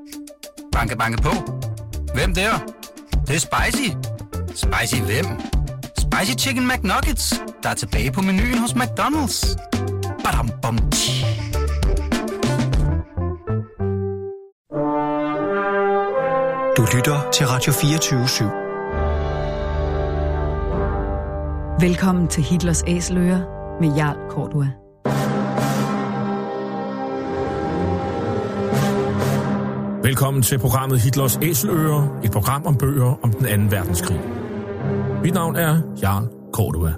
Banke, banke på. Hvem der? Det er spicy. Spicy hvem? Spicy Chicken McNuggets, der er tilbage på menuen hos McDonald's. Badum, bom, tji. Du lytter til Radio 24/7. Velkommen til Hitlers Æseløer med Jarl Cordua. Velkommen til programmet Hitlers Æseløer, et program om bøger om den anden verdenskrig. Mit navn er Jarl Cordua.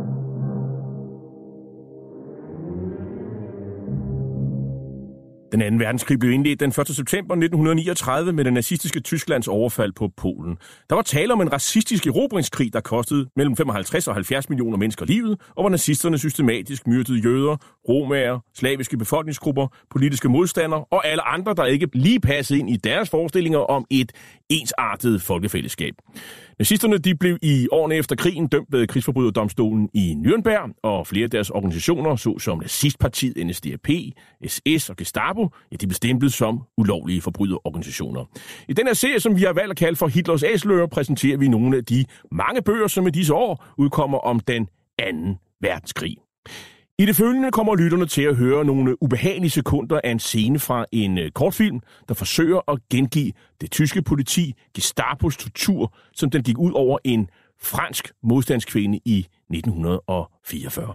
Den anden verdenskrig blev indledt den 1. september 1939 med det nazistiske Tysklands overfald på Polen. Der var tale om en racistisk erobringskrig, der kostede mellem 55 og 70 millioner mennesker livet, og hvor nazisterne systematisk myrdede jøder, romaer, slaviske befolkningsgrupper, politiske modstandere og alle andre, der ikke lige passede ind i deres forestillinger om et ensartet folkefællesskab. Nazisterne de blev i årene efter krigen dømt ved krigsforbryderdomstolen i Nürnberg, og flere af deres organisationer, såsom nazistpartiet NSDAP, SS og Gestapo, de blev stemplet som ulovlige forbryderorganisationer. I den her serie, som vi har valgt at kalde for Hitlers Æseløer, præsenterer vi nogle af de mange bøger, som i disse år udkommer om den anden verdenskrig. I det følgende kommer lytterne til at høre nogle ubehagelige sekunder af en scene fra en kortfilm, der forsøger at gengive det tyske politi Gestapos tortur, som den gik ud over en fransk modstandskvinde i 1944.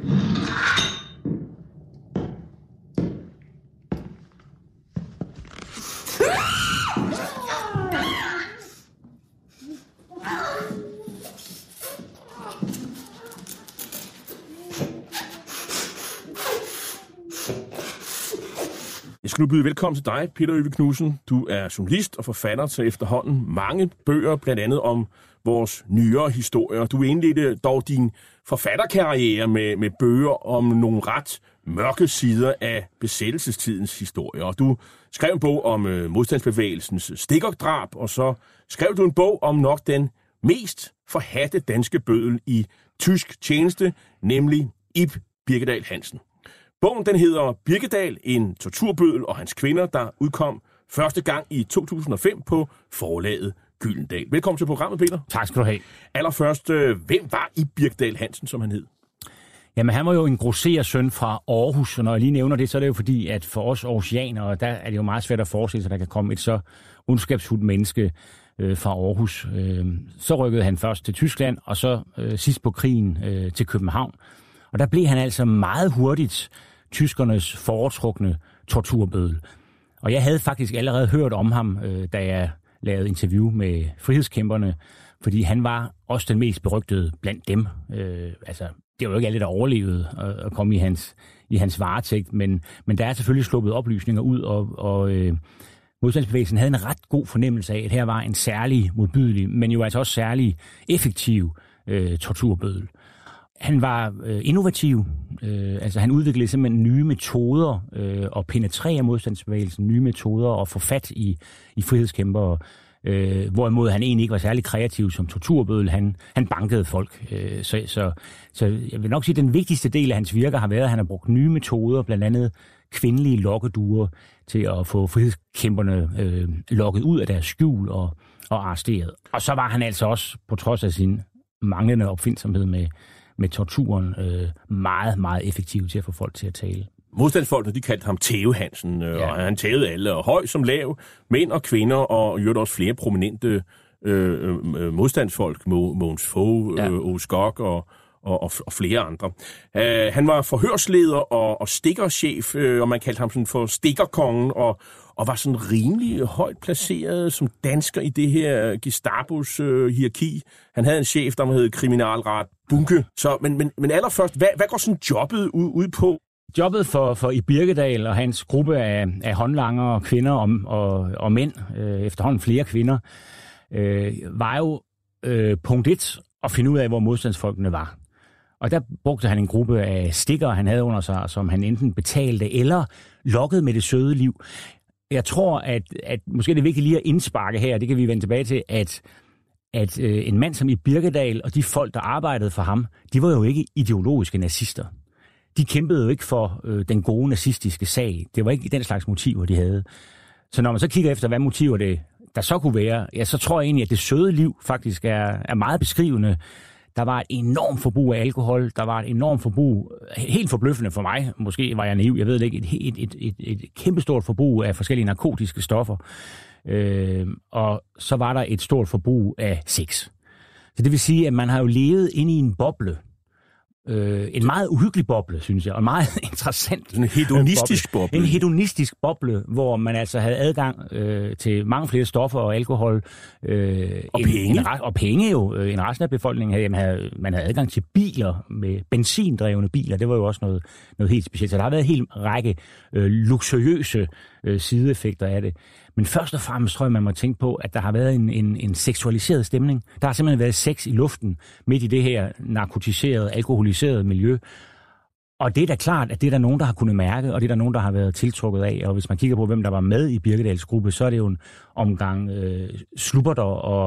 Jeg skal nu byde velkommen til dig, Peter Øve Knudsen. Du er journalist og forfatter til efterhånden mange bøger, blandt andet om vores nyere historier. Du indledte dog din forfatterkarriere med bøger om nogle ret mørke sider af besættelsestidens historie. Og du skrev en bog om modstandsbevægelsens stikkerdrab, og så skrev du en bog om nok den mest forhadte danske bøddel i tysk tjeneste, nemlig Ib Birkedal Hansen. Bogen den hedder Birkedal, en torturbøddel og hans kvinder, der udkom første gang i 2005 på forlaget Gyldendal. Velkommen til programmet, Peter. Tak skal du have. Allerførst, hvem var Ib Birkedal Hansen, som han hed? Jamen, han var jo en grosserersøn fra Aarhus, og når jeg lige nævner det, så er det jo fordi, at for os aarhusianere, der er det jo meget svært at forestille sig, at der kan komme et så ondskabsfuldt menneske fra Aarhus. Så rykkede han først til Tyskland, og så sidst på krigen til København. Og der blev han altså meget hurtigt tyskernes foretrukne torturbøddel. Og jeg havde faktisk allerede hørt om ham, da jeg lavede interview med frihedskæmperne, fordi han var også den mest berygtede blandt dem. Det var jo ikke alle, der overlevede at komme i hans varetægt, men der er selvfølgelig sluppet oplysninger ud, og modstandsbevægelsen havde en ret god fornemmelse af, at her var en særlig modbydelig, men jo altså også særlig effektiv torturbøddel. Han var innovativ, han udviklede simpelthen nye metoder og penetrere modstandsbevægelsen, nye metoder og få fat i frihedskæmpere, hvorimod han egentlig ikke var særlig kreativ som torturbøddel. Han bankede folk. Så jeg vil nok sige, at den vigtigste del af hans virke har været, at han har brugt nye metoder, blandt andet kvindelige lokkeduer, til at få frihedskæmperne lokket ud af deres skjul og arresteret. Og så var han altså også, på trods af sin manglende opfindsomhed med torturen, meget, meget effektiv til at få folk til at tale. Modstandsfolkene, de kaldte ham Tæve Hansen, og han tævede alle, og høj som lav, mænd og kvinder, og gjorde også flere prominente modstandsfolk, Mogens Fogh, Ove Skok og flere andre. Han var forhørsleder og stikkerchef, og man kaldte ham sådan for stikkerkongen, og var sådan rimelig højt placeret som dansker i det her Gestapos hierarki. Han havde en chef, der hed kriminalret Bunke. Så, men allerførst, hvad går sådan jobbet ud på? Jobbet for Ib Birkedal og hans gruppe af håndlangere, kvinder og mænd, efterhånden flere kvinder, var jo punkt 1 at finde ud af, hvor modstandsfolkene var. Og der brugte han en gruppe af stikkere, han havde under sig, som han enten betalte eller lokkede med det søde liv. Jeg tror, at måske det er vigtigt lige at indsparke her, det kan vi vende tilbage til, at en mand som Ib Birkedal og de folk, der arbejdede for ham, de var jo ikke ideologiske nazister. De kæmpede jo ikke for den gode nazistiske sag. Det var ikke den slags motiver, de havde. Så når man så kigger efter, hvad motiver det der så kunne være, ja, så tror jeg egentlig, at det søde liv faktisk er meget beskrivende. Der var et enormt forbrug af alkohol, der var et enormt forbrug, helt forbløffende for mig, måske var jeg naiv, jeg ved det ikke, et kæmpestort forbrug af forskellige narkotiske stoffer. Og så var der et stort forbrug af sex. Så det vil sige, at man har jo levet inde i en boble. En meget uhyggelig boble, synes jeg, og en meget interessant en hedonistisk boble. En hedonistisk boble, hvor man altså havde adgang til mange flere stoffer og alkohol. Og penge. Og penge jo. En resten af befolkningen man havde adgang til biler med benzindrevne biler. Det var jo også noget helt specielt. Så der har været en hel række luksuriøse sideeffekter af det. Men først og fremmest tror jeg, man må tænke på, at der har været en seksualiseret stemning. Der har simpelthen været sex i luften midt i det her narkotiserede, alkoholiserede miljø. Og det er da klart, at det er der nogen, der har kunnet mærke, og det er der nogen, der har været tiltrukket af. Og hvis man kigger på, hvem der var med i Birkedals gruppe, så er det jo en omgang slubberter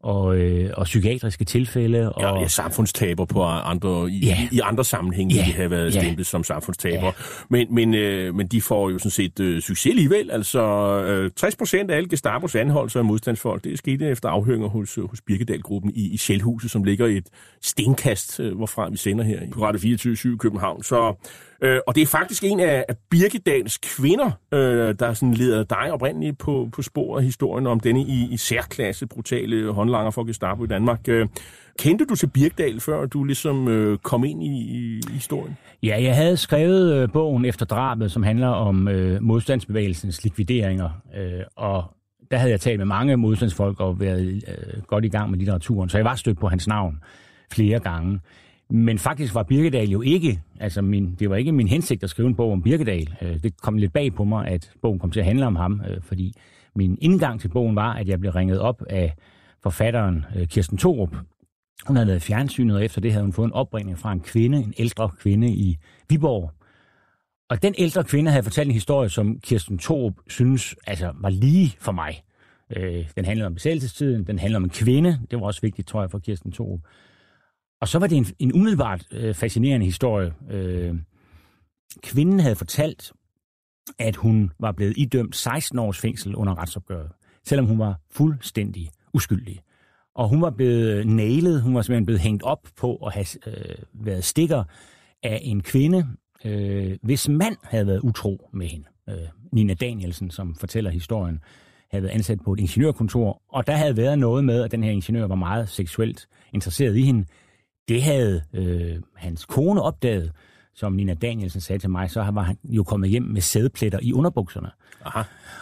og psykiatriske tilfælde. Og ja, samfundstaber på andre, i andre sammenhænge, de have været stemplet som samfundstaber. Ja. Men de får jo sådan set succes alligevel. Altså 60% af alle Gestapos anholdelser af modstandsfolk, det skete efter afhøringer hos Birkedal-gruppen i Sjælhuset, som ligger et stenkast, hvorfra vi sender her på Radio 24/7 i København. Så og det er faktisk en af Birkedals kvinder, der sådan leder dig oprindeligt på spor af historien om denne i særklasse brutale håndlanger for Gestapo i Danmark. Kendte du til Birkedal, før du ligesom kom ind i historien? Ja, jeg havde skrevet bogen Efter drabet, som handler om modstandsbevægelsens likvideringer, og der havde jeg talt med mange modstandsfolk og været godt i gang med litteraturen, så jeg var stødt på hans navn flere gange. Men faktisk var Birkedal jo ikke, det var ikke min hensigt at skrive en bog om Birkedal. Det kom lidt bag på mig, at bogen kom til at handle om ham, fordi min indgang til bogen var, at jeg blev ringet op af forfatteren Kirsten Thorup. Hun havde været fjernsynet, og efter det havde hun fået en opringning fra en ældre kvinde i Viborg. Og den ældre kvinde havde fortalt en historie, som Kirsten Thorup synes var lige for mig. Den handlede om besættelsestiden, den handlede om en kvinde. Det var også vigtigt, tror jeg, for Kirsten Thorup. Og så var det en umiddelbart fascinerende historie. Kvinden havde fortalt, at hun var blevet idømt 16 års fængsel under retsopgøret, selvom hun var fuldstændig uskyldig. Og hun var blevet nailet, hun var simpelthen blevet hængt op på at have været stikker af en kvinde, hvis mand havde været utro med hende. Nina Danielsen, som fortæller historien, havde været ansat på et ingeniørkontor, og der havde været noget med, at den her ingeniør var meget seksuelt interesseret i hende. Det havde hans kone opdaget, som Nina Danielsen sagde til mig, så var han jo kommet hjem med sædpletter i underbukserne. Aha.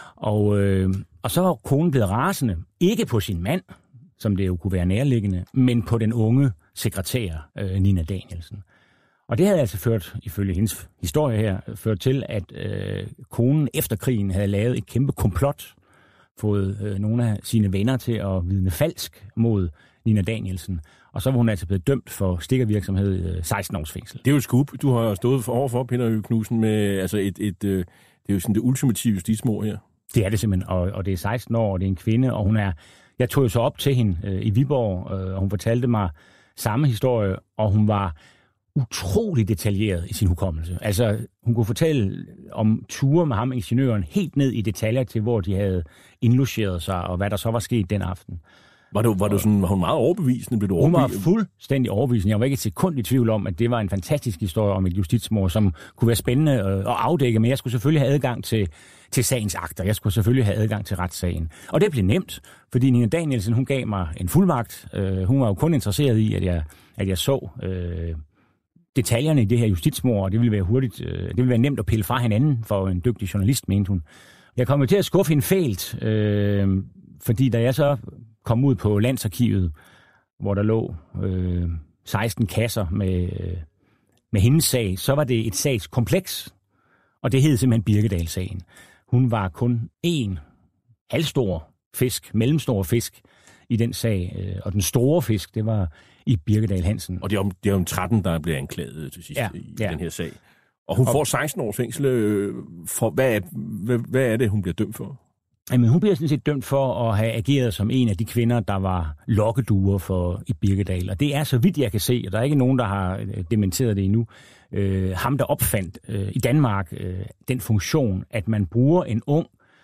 Og så var konen blevet rasende, ikke på sin mand, som det jo kunne være nærliggende, men på den unge sekretær, Nina Danielsen. Og det havde altså ført, ifølge hendes historie her, ført til, at konen efter krigen havde lavet et kæmpe komplot, fået nogle af sine venner til at vidne falsk mod Nina Danielsen. Og så var hun altså blevet dømt for stikkervirksomhed 16 års fængsel. Det er jo et scoop. Du har stået overfor, Peter Ø. Knudsen, med det er jo sådan det ultimative justitsmord her. Det er det simpelthen, og det er 16 år, og det er en kvinde, og hun er... Jeg tog jo så op til hende i Viborg, og hun fortalte mig samme historie, og hun var utrolig detaljeret i sin hukommelse. Altså, hun kunne fortælle om ture med ham, ingeniøren, helt ned i detaljer til, hvor de havde indlogeret sig, og hvad der så var sket den aften. Var hun meget overbevisende? Blev du hun var fuldstændig overbevisende. Jeg var ikke et sekund i tvivl om, at det var en fantastisk historie om et justitsmord, som kunne være spændende at afdække, men jeg skulle selvfølgelig have adgang til sagens akter. Jeg skulle selvfølgelig have adgang til retssagen. Og det blev nemt, fordi Nina Danielsen, hun gav mig en fuldmagt. Hun var jo kun interesseret i, at jeg så detaljerne i det her justitsmord, og det ville være hurtigt, det ville være nemt at pille fra hinanden for en dygtig journalist, mente hun. Jeg kom til at skuffe hende fælt, fordi da jeg så kom ud på Landsarkivet, hvor der lå 16 kasser med hendes sag, så var det et sagskompleks, og det hed simpelthen Birkedal-sagen. Hun var kun en halvstor fisk, mellemstor fisk i den sag, og den store fisk, det var i Birkedal Hansen. Og det er jo 13, der bliver anklaget til sidst i den her sag. Og hun får 16 års fængsel. For, hvad er det, hun bliver dømt for? Jamen, hun bliver sådan set dømt for at have ageret som en af de kvinder, der var lokkeduer for i Birkedal. Og det er, så vidt jeg kan se, og der er ikke nogen, der har dementeret det endnu, ham, der opfandt i Danmark den funktion, at man bruger en ung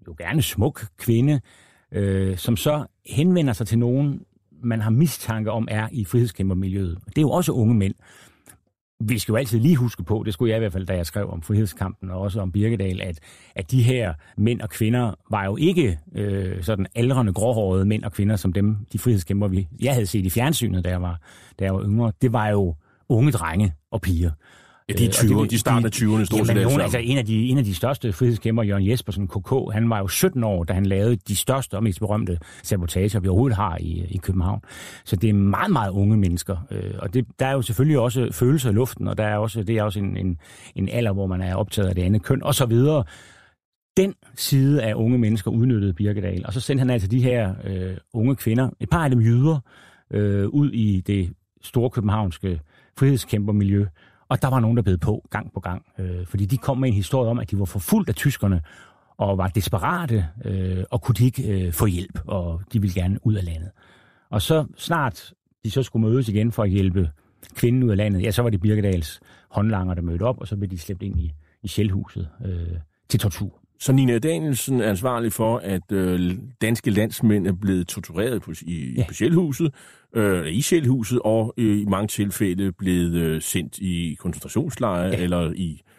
jo gerne smuk kvinde, som så henvender sig til nogen, man har mistanke om er i frihedskæmpermiljøet. Det er jo også unge mænd. Vi skal jo altid lige huske på, det skulle jeg i hvert fald, da jeg skrev om frihedskampen og også om Birkedal, at de her mænd og kvinder var jo ikke sådan aldrende, gråhårede mænd og kvinder, som dem, de frihedskæmper, jeg havde set i fjernsynet, da jeg var yngre. Det var jo unge drenge og piger. Ja, de 20'erne, de startede 20'erne stort set. Altså en af de største frihedskæmper, Jørgen Jespersen, KK, han var jo 17 år, da han lavede de største og mest berømte sabotager, vi overhovedet har i København. Så det er meget, meget unge mennesker. Og der er jo selvfølgelig også følelser i luften, og det er også en alder, hvor man er optaget af det andet køn, og så videre. Den side af unge mennesker udnyttede Birkedal, og så sendte han altså de her unge kvinder, et par af dem jyder, ud i det store københavnske frihedskæmpermiljø. Og der var nogen, der bed på gang, fordi de kom med en historie om, at de var forfulgt af tyskerne og var desperate, og kunne de ikke få hjælp, og de ville gerne ud af landet. Og så snart de så skulle mødes igen for at hjælpe kvinden ud af landet, ja, så var det Birkedals håndlanger, der mødte op, og så blev de slæbt ind i Shellhuset til tortur. Så Nina Danielsen er ansvarlig for, at danske landsmænd er blevet tortureret i Shellhuset, i Shellhuset, og i mange tilfælde blevet sendt i koncentrationslejre eller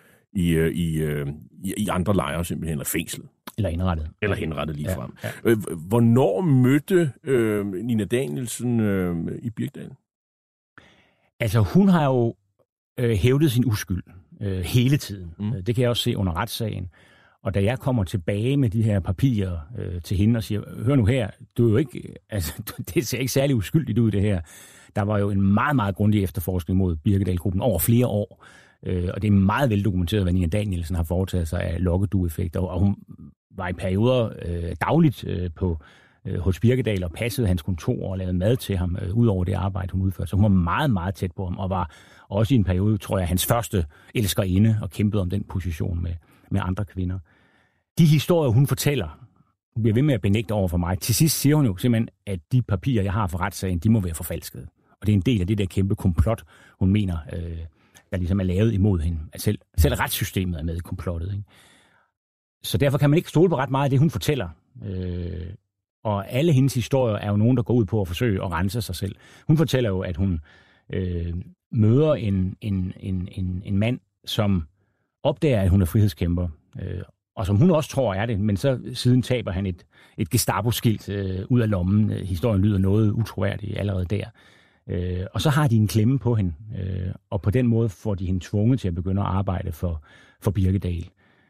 i andre lejre simpelthen, eller fængslet. Eller henrettet lige frem. Ja. Hvornår mødte Nina Danielsen i Birkedal? Altså, hun har jo hævdet sin uskyld hele tiden. Det kan jeg også se under retssagen. Og da jeg kommer tilbage med de her papirer til hende og siger, hør nu her, du er jo ikke, altså, det ser ikke særlig uskyldigt ud, det her. Der var jo en meget, meget grundig efterforskning mod Birkedal-gruppen over flere år. Og det er meget veldokumenteret, hvad Nina Danielsen har foretaget sig af lokkedueffekter. Og hun var i perioder dagligt hos Birkedal og passede hans kontor og lavede mad til ham, ud over det arbejde, hun udførte. Så hun var meget, meget tæt på ham, og var også i en periode, tror jeg, hans første elskerinde, og kæmpede om den position med andre kvinder. De historier, hun fortæller, hun bliver ved med at benægte over for mig. Til sidst siger hun jo simpelthen, at de papirer, jeg har for retssagen, de må være forfalskede. Og det er en del af det der kæmpe komplot, hun mener, der ligesom er lavet imod hende. At selv retssystemet er med i komplottet. Ikke? Så derfor kan man ikke stole på ret meget af det, hun fortæller. Og alle hendes historier er jo nogen, der går ud på at forsøge at rense sig selv. Hun fortæller jo, at hun møder en mand, som opdager, at hun er frihedskæmper, og som hun også tror er det, men så siden taber han et Gestapo-skilt ud af lommen. Historien lyder noget utroværdig allerede der. Og så har de en klemme på hende, og på den måde får de hende tvunget til at begynde at arbejde for Birkedal.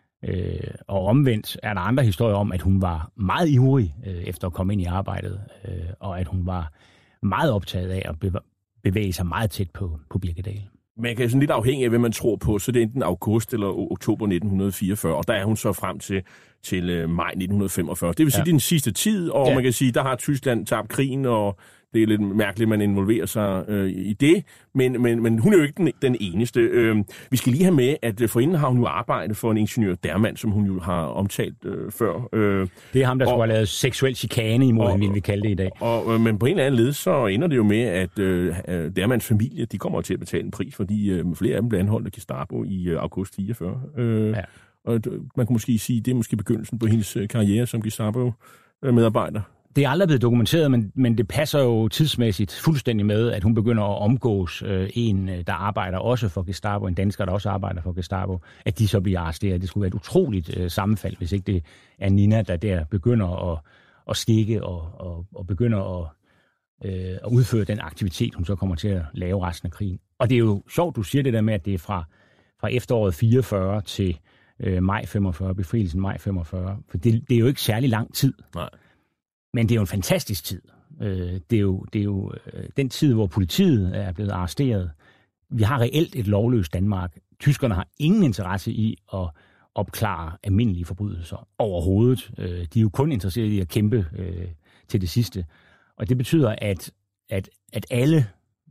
Og omvendt er der andre historier om, at hun var meget ivrig efter at komme ind i arbejdet, og at hun var meget optaget af at bevæge sig meget tæt på Birkedal. Man kan sådan lidt afhængig af, hvad man tror på, så det er enten august eller oktober 1944, og der er hun så frem til maj 1945. Det vil sige, det er den sidste tid, og man kan sige, der har Tyskland tabt krigen, og det er lidt mærkeligt, at man involverer sig i det, men hun er jo ikke den eneste. Vi skal lige have med, at forinden har hun jo arbejdet for en ingeniør Dermann, som hun jo har omtalt før. Det er ham, der skulle have lavet seksuel chikane imod hende, vil vi kalde det i dag. Men på en eller anden led, så ender det jo med, at Dermanns familie, de kommer til at betale en pris, fordi flere af dem blev anholdt af Gestapo i august 44. Og man kan måske sige, det er måske begyndelsen på hendes karriere som Gestapo-medarbejder. Det er aldrig blevet dokumenteret, men det passer jo tidsmæssigt fuldstændig med, at hun begynder at omgås en, der arbejder også for Gestapo, en dansker, der også arbejder for Gestapo, at de så bliver arresteret. Det skulle være et utroligt sammenfald, hvis ikke det er Nina, der begynder at stikke og begynder at udføre den aktivitet, hun så kommer til at lave resten af krigen. Og det er jo sjovt, du siger det der med, at det er fra efteråret 44 til maj 45, befrielsen maj 45, for det er jo ikke særlig lang tid. Nej. Men det er jo en fantastisk tid. Det er jo den tid, hvor politiet er blevet arresteret. Vi har reelt et lovløst Danmark. Tyskerne har ingen interesse i at opklare almindelige forbrydelser overhovedet. De er jo kun interesseret i at kæmpe til det sidste. Og det betyder, at alle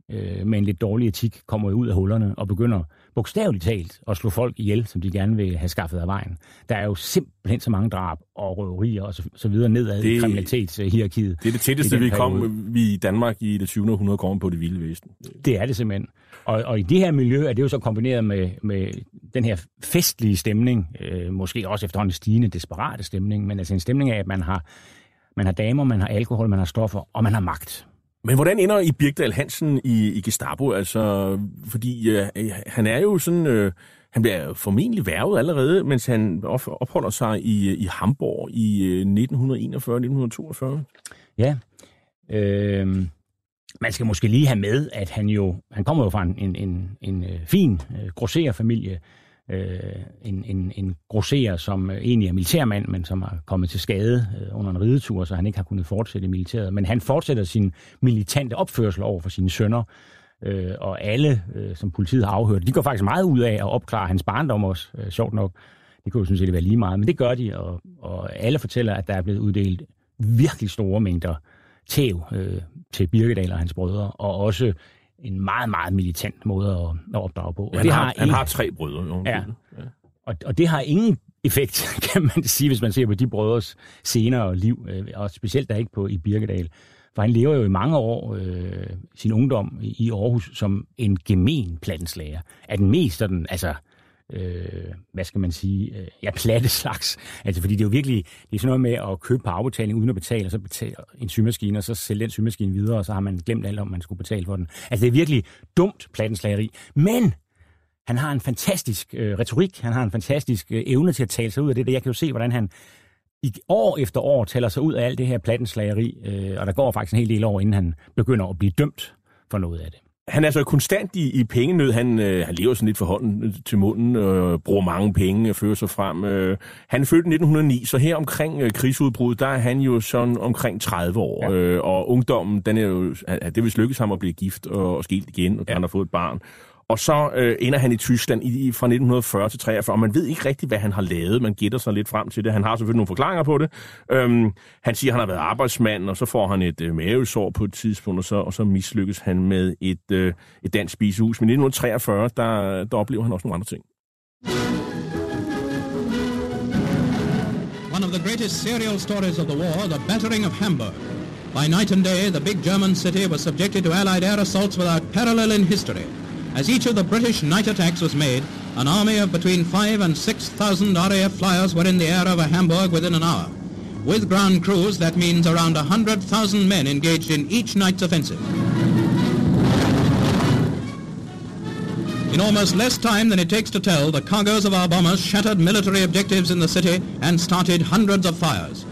med en lidt dårlig etik kommer ud af hullerne og begynder bogstaveligt talt at slå folk ihjel, som de gerne vil have skaffet af vejen. Der er jo simpelthen så mange drab og røverier og så videre nedad i kriminalitetshierarkiet. Det er det tætteste, vi i Danmark i det 20. århundrede kommer på det vilde vesten. Det er det simpelthen. Og i det her miljø er det jo så kombineret med den her festlige stemning, måske også efterhånden stigende desperate stemning, men altså en stemning af, at man har damer, man har alkohol, man har stoffer, og man har magt. Men hvordan ender I Birkedal Hansen i Gestapo? Altså, fordi han er jo sådan... han bliver formentlig hvervet allerede, mens han opholder sig i Hamborg i 1941-1942. Ja. Man skal måske lige have med, at han kommer jo fra en fin grossererfamilie. En grosserer, som egentlig er militærmand, men som er kommet til skade under en ridetur, så han ikke har kunnet fortsætte i militæret. Men han fortsætter sin militante opførsel over for sine sønner, og alle, som politiet har afhørt, de går faktisk meget ud af at opklare hans barndom også, sjovt nok. Det kunne jo sådan set være lige meget, men det gør de, og alle fortæller, at der er blevet uddelt virkelig store mængder tæv til Birkedal og hans brødre, og også en meget, meget militant måde at opdrage på. Han har 3 brødre. Ja. Og det har ingen effekt, kan man sige, hvis man ser på de brødres senere liv, og specielt der ikke i Birkedal. For han lever jo i mange år sin ungdom i Aarhus som en gemen plattenslager. Er den mest sådan, altså... hvad skal man sige, platte slags. Altså, fordi det er jo virkelig, det er sådan noget med at købe på afbetaling uden at betale, og så betale en symaskine, og så sælge den symaskine videre, og så har man glemt alt om, man skulle betale for den. Altså, det er virkelig dumt plattenslageri. Men han har en fantastisk retorik, han har en fantastisk evne til at tale sig ud af det. Jeg kan jo se, hvordan han år efter år taler sig ud af alt det her plattenslageri, og der går faktisk en hel del år, inden han begynder at blive dømt for noget af det. Han er så konstant i pengenød. Han lever sådan lidt for hånden til munden, bruger mange penge, fører sig frem. Han er født i 1909, så her omkring krigsudbruddet, der er han jo sådan omkring 30 år. Ja. Og ungdommen, den er jo, det vil lykkes ham at blive gift og skilt igen, og han har fået et barn. Og så ender han i Tyskland fra 1940 til 43, og man ved ikke rigtigt, hvad han har lavet. Man gætter sig lidt frem til det. Han har selvfølgelig nogle forklaringer på det. Han siger, at han har været arbejdsmand, og så får han et mavesår på et tidspunkt, og så mislykkes han med et dansk spisehus. Men i 1943, der oplever han også nogle andre ting. One of the greatest serial stories of the war, the battering of Hamburg. By night and day, the big German city was subjected to Allied air assaults without parallel in history. As each of the British night attacks was made, an army of between 5,000 and 6,000 RAF flyers were in the air over Hamburg within an hour. With ground crews, that means around 100,000 men engaged in each night's offensive. In almost less time than it takes to tell, the cargoes of our bombers shattered military objectives in the city and started hundreds of fires.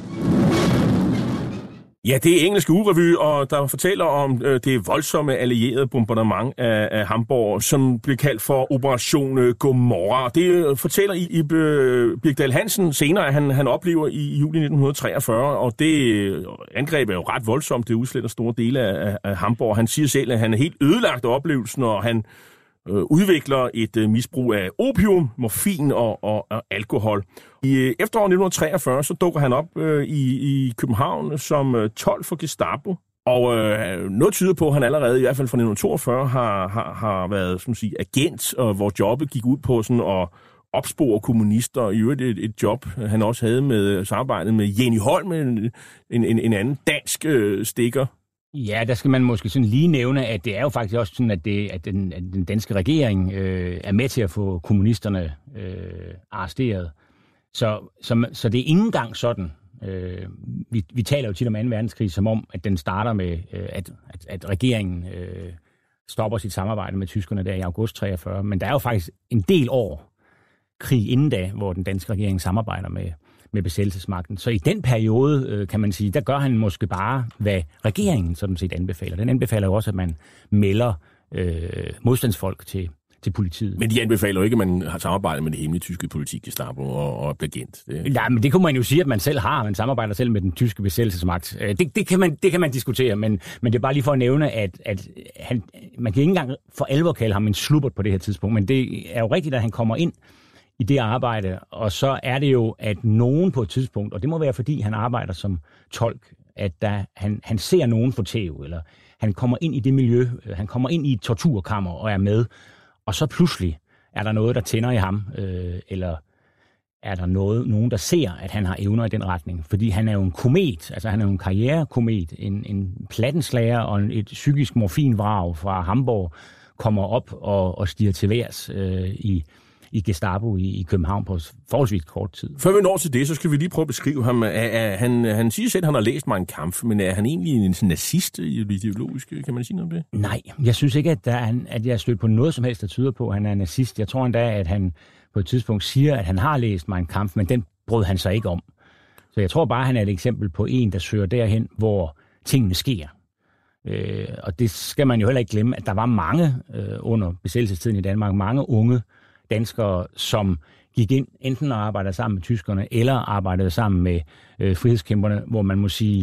Ja, det er engelsk ugerevy, og der fortæller om det voldsomme allierede bombardement af Hamburg, som bliver kaldt for Operation Gomorra. Det fortæller i Birkedal Hansen senere, at han oplever i juli 1943, og det angreb er jo ret voldsomt. Det udsletter store dele af Hamburg. Han siger selv, at han er helt ødelagt af oplevelsen, og han udvikler et misbrug af opium, morfin og alkohol. I efteråret 1943 så dukker han op i København som 12 for Gestapo. Og noget tyder på, at han allerede, i hvert fald fra 1942, har været som sige, agent, og hvor jobbet gik ud på sådan at opspore kommunister. I øvrigt et job, han også havde med samarbejdet med Jenny Holm, en anden dansk stikker. Ja, der skal man måske sådan lige nævne, at det er jo faktisk også sådan, at den danske regering er med til at få kommunisterne arresteret. Så det er ikke engang sådan. Vi taler jo tit om 2. verdenskrig som om, at den starter med, at regeringen stopper sit samarbejde med tyskerne der i august 43. Men der er jo faktisk en del år krig inden da, hvor den danske regering samarbejder med besættelsesmagten. Så i den periode, kan man sige, der gør han måske bare, hvad regeringen sådan set anbefaler. Den anbefaler jo også, at man melder modstandsfolk til politiet. Men de anbefaler jo ikke, at man har samarbejdet med det hemmelige tyske politik, Gestapo og agent. Nej, men det kunne man jo sige, at man selv har. Man samarbejder selv med den tyske besættelsesmagt. Det kan man diskutere, men det er bare lige for at nævne, at man kan ikke engang for alvor kalde ham en slubbert på det her tidspunkt. Men det er jo rigtigt, at han kommer ind i det arbejde, og så er det jo, at nogen på et tidspunkt, og det må være, fordi han arbejder som tolk, at han ser nogen få tæv, eller han kommer ind i det miljø, han kommer ind i et torturkammer og er med, og så pludselig er der noget, der tænder i ham, eller er der nogen, der ser, at han har evner i den retning. Fordi han er jo en komet, altså han er jo en karrierekomet, en plattenslager og et psykisk morfinvrag fra Hamburg kommer op og stiger til værs i Gestapo i København på forholdsvis kort tid. Før vi når til det, så skal vi lige prøve at beskrive ham. Han siger selv, at han har læst Mein Kampf, men er han egentlig en nazist ideologisk? Kan man sige noget om det? Nej, jeg synes ikke, at jeg er stødt på noget som helst, der tyder på, at han er nazist. Jeg tror endda, at han på et tidspunkt siger, at han har læst Mein Kampf, men den brød han sig ikke om. Så jeg tror bare, han er et eksempel på en, der søger derhen, hvor tingene sker. Og det skal man jo heller ikke glemme, at der var mange under besættelsestiden i Danmark, mange unge danskere, som gik ind enten og arbejdede sammen med tyskerne, eller arbejdede sammen med frihedskæmperne, hvor man må sige,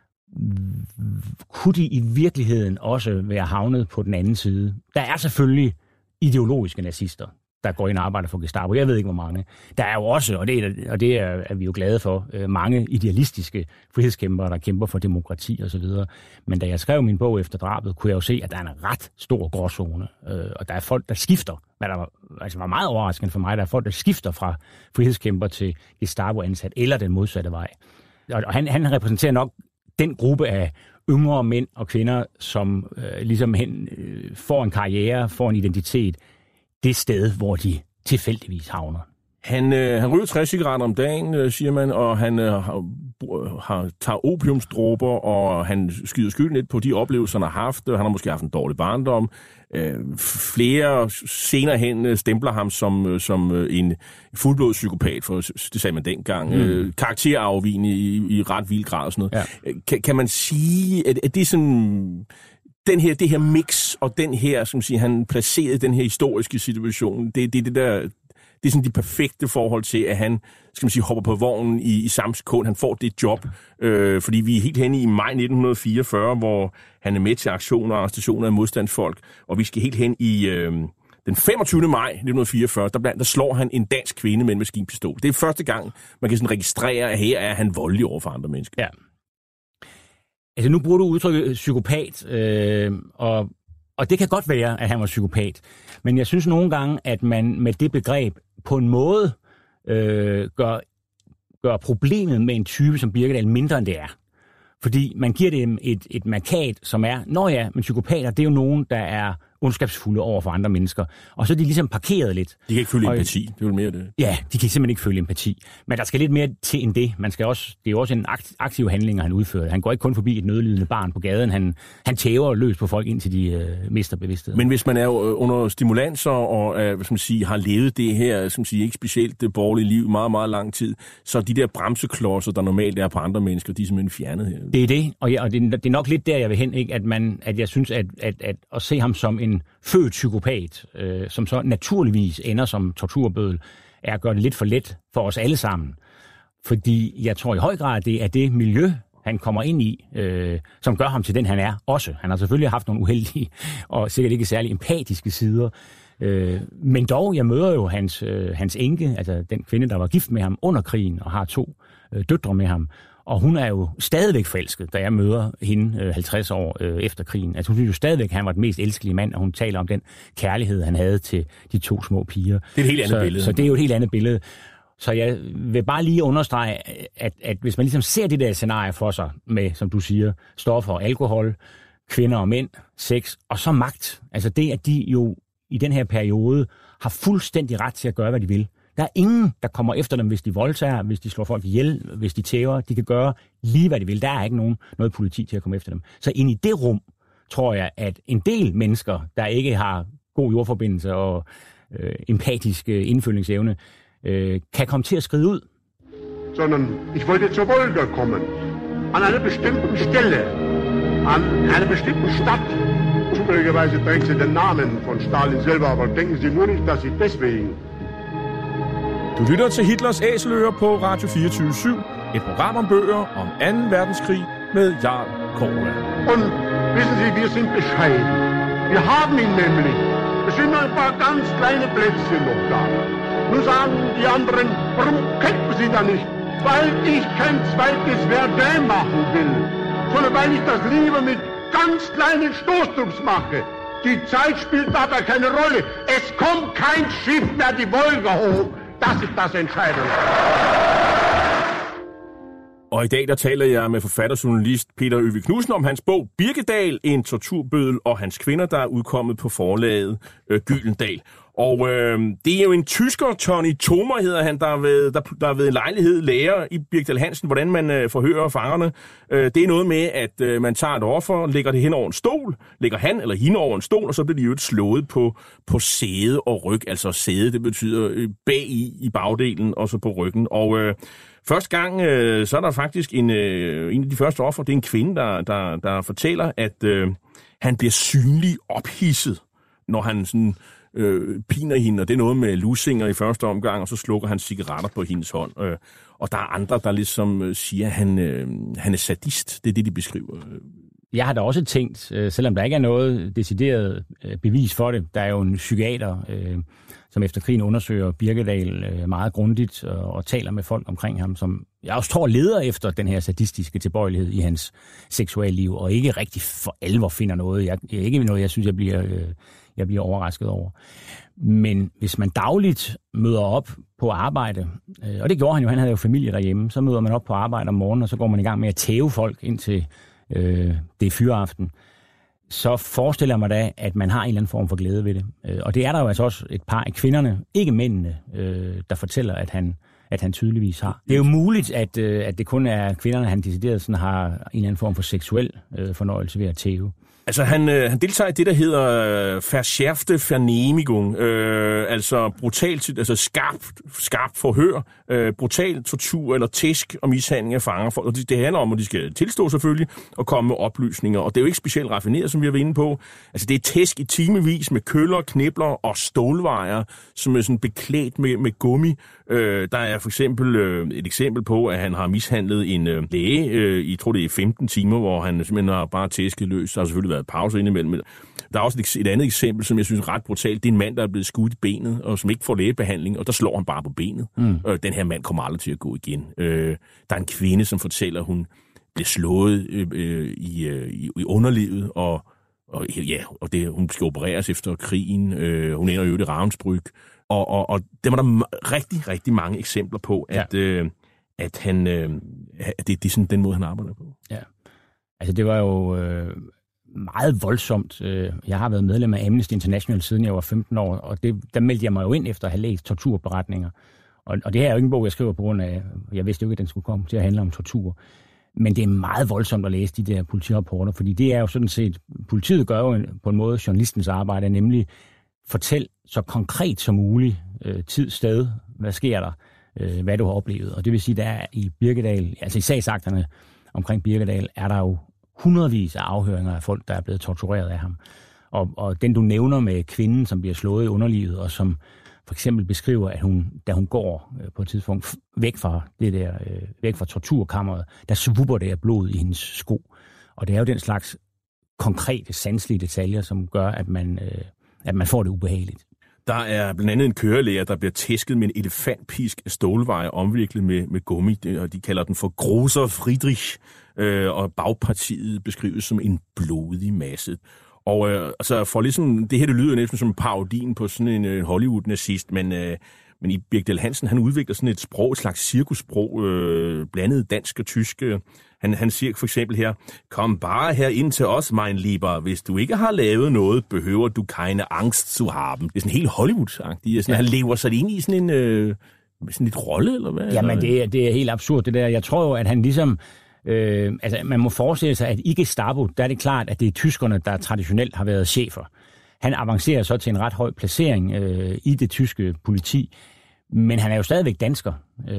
kunne de i virkeligheden også være havnet på den anden side? Der er selvfølgelig ideologiske nazister, der går ind og arbejder for Gestapo. Jeg ved ikke, hvor mange. Der er jo også, og det er vi jo glade for, mange idealistiske frihedskæmpere, der kæmper for demokrati osv. Men da jeg skrev min bog efter drabet, kunne jeg jo se, at der er en ret stor gråzone. Og der er folk, der skifter, hvad der var meget overraskende for mig, der er folk, der skifter fra frihedskæmper til Gestapo-ansat, eller den modsatte vej. Og han repræsenterer nok den gruppe af yngre mænd og kvinder, som ligesom får en karriere, får en identitet, det sted, hvor de tilfældigvis havner. Han ryger 60 cigaretter om dagen, siger man, og han tager opiumsdråber, og han skyder skylden lidt på de oplevelser, han har haft. Han har måske haft en dårlig barndom. Flere senere hen stempler ham som en fuldblods psykopat, for det sagde man dengang. Karakterafvigende i ret vild grad og sådan noget. Ja. Kan man sige, at det er sådan... Det her mix og den her, som siger, han placerede den her historiske situation, det er sådan de perfekte forhold til, at han, skal man sige, hopper på vognen i samme sekund, han får det job, fordi vi er helt henne i maj 1944, hvor han er med til aktioner og arrestationer af modstandsfolk, og vi skal helt hen i den 25. maj 1944, der slår han en dansk kvinde med en maskinpistol. Det er første gang, man kan sådan registrere, at her er han voldelig over for andre mennesker. Ja. Altså nu bruger du udtrykket psykopat, og det kan godt være, at han var psykopat. Men jeg synes nogle gange, at man med det begreb på en måde gør problemet med en type som Birkedal mindre, end det er. Fordi man giver dem et markat, som er, men psykopater, det er jo nogen, der er ondskabsfulde over for andre mennesker. Og så er de ligesom parkeret lidt. De kan ikke føle empati, det er jo mere det. Ja, de kan simpelthen ikke føle empati. Men der skal lidt mere til end det. Det er jo også en aktiv handling, han udfører. Han går ikke kun forbi et nødlidende barn på gaden. Han tæver løs på folk, indtil de mister bevidsthed. Men hvis man er under stimulanser og har levet det her, ikke specielt det borgerlige liv meget, meget lang tid, så de der bremseklodser, der normalt er på andre mennesker, de er simpelthen fjernet her. Det er det, og det er nok lidt der, jeg vil hen, ikke? At jeg synes, at se ham som en født psykopat, som så naturligvis ender som torturbøddel, er at gøre det lidt for let for os alle sammen. Fordi jeg tror i høj grad, det er det miljø, han kommer ind i, som gør ham til den, han er også. Han har selvfølgelig haft nogle uheldige og sikkert ikke særlig empatiske sider. Men dog, jeg møder jo hans enke, altså den kvinde, der var gift med ham under krigen og har 2 døtre med ham. Og hun er jo stadigvæk forelsket, da jeg møder hende 50 år efter krigen. Altså hun synes jo stadigvæk, at han var den mest elskelige mand, og hun taler om den kærlighed, han havde til de 2 små piger. Det er et helt andet billede. Så det er jo et helt andet billede. Så jeg vil bare lige understrege, at hvis man ligesom ser det der scenarie for sig med, som du siger, stoffer og alkohol, kvinder og mænd, sex og så magt. Altså det, at de jo i den her periode har fuldstændig ret til at gøre, hvad de vil. Der er ingen, der kommer efter dem, hvis de voldtager, hvis de slår folk ihjel, hvis de tæver. De kan gøre lige, hvad de vil. Der er ikke noget politi til at komme efter dem. Så ind i det rum, tror jeg, at en del mennesker, der ikke har god jordforbindelse og empatisk indfølingsevne, kan komme til at skride ud. Sondern ich wollte zur Wolga kommen. An einer bestimmten Stelle. An einer bestimmten Stadt. Zufälligerweise trägt sie den Namen von Stalin selber, aber denken Sie nur nicht, dass sie deswegen... Du lytter til Hitlers Æseløer på Radio 24/7, et program om bøger om 2. verdenskrig med Jarl Kortua. Und wissen Sie, wir sind bescheiden. Wir haben ihn nämlich. Es sind nur ein paar ganz kleine Plätzchen noch da. Nun sagen die anderen, warum kämpfen Sie da nicht? Weil ich kein zweites Verdun machen will, sondern weil ich das lieber mit ganz kleinen Stoßtrupps mache. Die Zeit spielt dabei keine Rolle. Es kommt kein Schiff mehr die Wolga hoch. Das ist das Entscheidende. Og i dag der taler jeg med forfatterjournalist Peter Øvig Knudsen om hans bog Birkedal, en torturbøddel og hans kvinder, der er udkommet på forlaget Gyldendal. Og det er jo en tysker, Tony Thomer hedder han, der har ved en lejlighed lærer i Birkedal Hansen, hvordan man forhører fangerne. Det er noget med, at man tager et offer, lægger det hen over en stol, lægger han eller hende over en stol, og så bliver de jo slået på sæde og ryg. Altså sæde, det betyder bag i bagdelen og så på ryggen. Og første gang, så er der faktisk en af de første offer, det er en kvinde, der fortæller, at han bliver synlig ophidset, når han sådan piner hende, og det er noget med lusinger i første omgang, og så slukker han cigaretter på hendes hånd. Og der er andre, der ligesom siger, at han er sadist. Det er det, de beskriver. Jeg har da også tænkt, selvom der ikke er noget decideret bevis for det, der er jo en psykiater, som efter krigen undersøger Birkedal meget grundigt og taler med folk omkring ham, som jeg også tror leder efter den her sadistiske tilbøjelighed i hans seksualliv, og ikke rigtig for alvor finder noget. Ikke noget, jeg synes, jeg bliver overrasket over. Men hvis man dagligt møder op på arbejde, og det gjorde han jo, han havde jo familie derhjemme, så møder man op på arbejde om morgenen, og så går man i gang med at tæve folk indtil det er fyreaften, så forestiller jeg mig da, at man har en eller anden form for glæde ved det. Og det er der jo altså også et par af kvinderne, ikke mændene, der fortæller, at han tydeligvis har. Det er jo muligt, at det kun er kvinderne, han decideret sådan har en eller anden form for seksuel fornøjelse ved at tæve. Altså, han deltager i det, der hedder verschärfte Vernehmigung, altså brutalt, altså skarpt forhør, brutal tortur eller tæsk og mishandling af fanger. Og det handler om, at de skal tilstå selvfølgelig og komme med oplysninger. Og det er jo ikke specielt raffineret, som vi har været inde på. Altså, det er tæsk i timevis med køller, knibler og stålvejer, som er sådan beklædt med gummi. Der er for eksempel et eksempel på, at han har mishandlet en læge i, tror det er 15 timer, hvor han simpelthen har bare tæsket løs. Der har selvfølgelig været pause indimellem. Der er også et andet eksempel, som jeg synes er ret brutalt. Det er en mand, der er blevet skudt i benet, og som ikke får lægebehandling, og der slår han bare på benet. Den her mand kommer aldrig til at gå igen. Der er en kvinde, som fortæller, at hun bliver slået i underlivet, og hun skal opereres efter krigen. Hun ender jo i Ravensbrück. Og der var der rigtig, rigtig mange eksempler på, at han, at det er sådan den måde, han arbejder på. Ja, altså det var jo meget voldsomt. Jeg har været medlem af Amnesty International siden jeg var 15 år, og der meldte jeg mig jo ind efter at have læst torturberetninger. Og det her er jo ikke en bog, jeg skriver på grund af, jeg vidste jo ikke, at den skulle komme til at handle om tortur. Men det er meget voldsomt at læse de der politirapporter, fordi det er jo sådan set, politiet gør jo på en måde journalistens arbejde, nemlig fortæl så konkret som muligt tid, sted, hvad sker der, hvad du har oplevet. Og det vil sige, der er i Birkedal, altså i sagsakterne omkring Birkedal, er der jo hundredvis af afhøringer af folk, der er blevet tortureret af ham. Og den du nævner med kvinden, som bliver slået i underlivet, og som for eksempel beskriver, at da hun går på et tidspunkt væk fra torturkammeret, der svupper det af blod i hendes sko. Og det er jo den slags konkrete, sanselige detaljer, som gør, at man får det ubehageligt. Der er blandt andet en kørelærer, der bliver tæsket med en elefantpisk af stålveje omviklet med gummi, og de kalder den for Großer Friedrich, og bagpartiet beskrives som en blodig masse. Og altså for ligesom, det her det lyder næsten som parodien på sådan en Hollywood-nazist, men i Birkedal Hansen, han udvikler sådan et sprog, et slags cirkussprog, blandet dansk og tysk. Han siger for eksempel her, kom bare her ind til os, mein Lieber. Hvis du ikke har lavet noget, behøver du keine Angst zu haben. Det er sådan helt Hollywood-agtigt. Ja. Han lever sig ind i sådan et rolle, eller hvad? Jamen, det er helt absurd, det der. Jeg tror jo, at han ligesom altså, man må forestille sig, at i Gestapo, der er det klart, at det er tyskerne, der traditionelt har været chefer. Han avancerer så til en ret høj placering i det tyske politi, men han er jo stadigvæk dansker.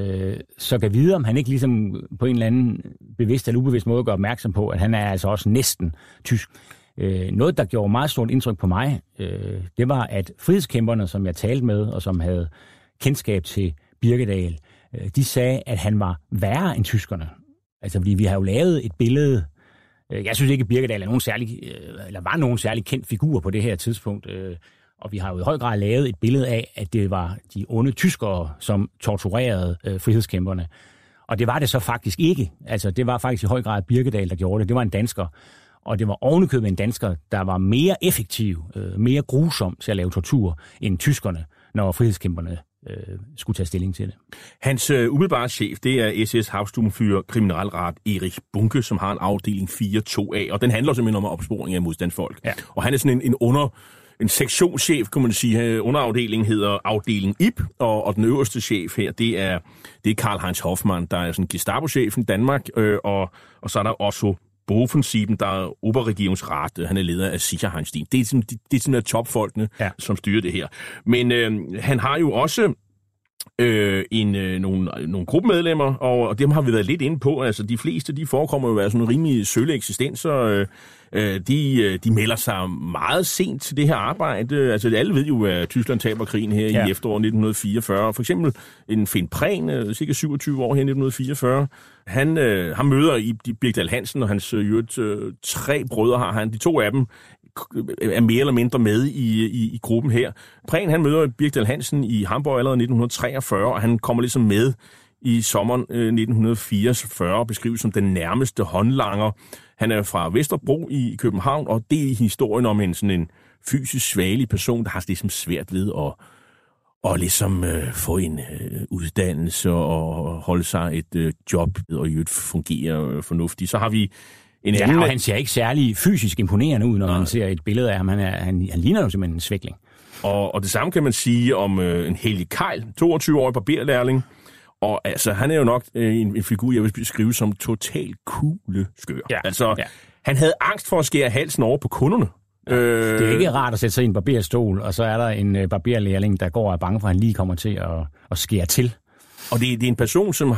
Så kan vide, om han ikke ligesom på en eller anden bevidst eller ubevidst måde gør opmærksom på, at han er altså også næsten tysk. Noget, der gjorde meget stort indtryk på mig, det var, at frihedskæmperne, som jeg talte med, og som havde kendskab til Birkedal, de sagde, at han var værre end tyskerne. Altså, fordi vi har jo lavet et billede. Jeg synes ikke, at Birkedal er var nogen særlig kendt figur på det her tidspunkt. Og vi har jo i høj grad lavet et billede af, at det var de onde tyskere, som torturerede frihedskæmperne. Og det var det så faktisk ikke. Altså, det var faktisk i høj grad Birkedal, der gjorde det. Det var en dansker. Og det var ovenikøbet en dansker, der var mere effektiv, mere grusom til at lave tortur end tyskerne, når frihedskæmperne skulle tage stilling til det. Hans umiddelbare chef, det er SS Hauptsturmführer Kriminalrat Erich Bunke, som har en afdeling 4-2A, og den handler simpelthen om opsporing af modstandsfolk. Ja. Og han er sådan en sektionschef, kan man sige. Underafdelingen hedder afdeling Ib, og den øverste chef her, det er Karl-Heinz Hoffmann, der er sådan Gestapo-chefen i Danmark, og så er der Otto Bofensieben, der er Oberregierungsrat, han er leder af Sicherheitsdienst. Det er sådan topfolkene, som styrer det her. Men han har jo også nogle gruppemedlemmer, og dem har vi været lidt inde på. Altså, de fleste, de forekommer jo at være sådan en rimelig sølle eksistenser. De melder sig meget sent til det her arbejde. Altså, alle ved jo, at Tyskland taber krigen her i efteråret 1944. For eksempel en Finn Prehn, cirka 27 år her i 1944. Han møder i Birkedal Hansen, og hans 3 brødre har han. De 2 af dem er mere eller mindre med i gruppen her. Prehn, han møder Birkedal Hansen i Hamburg allerede 1943, og han kommer ligesom med i sommeren 1944 og beskrives som den nærmeste håndlanger. Han er fra Vesterbro i København, og det er historien om sådan en fysisk svagelig person, der har det som svært ved at ligesom få en uddannelse og holde sig et job og i øvrigt fungere fornuftigt. Så har vi en anden... og han ser ikke særlig fysisk imponerende ud, når man ser et billede af ham. Han ligner jo simpelthen en svækling. Og det samme kan man sige om en Helge Keil, 22-årig barberlærling. Og altså, han er jo nok en figur, jeg vil beskrive som totalt kugleskør. Han havde angst for at skære halsen over på kunderne. Det er ikke rart at sætte sig i en barberstol, og så er der en barberlærling, der går og er bange for, at han lige kommer til at skære til. Og det er en person, som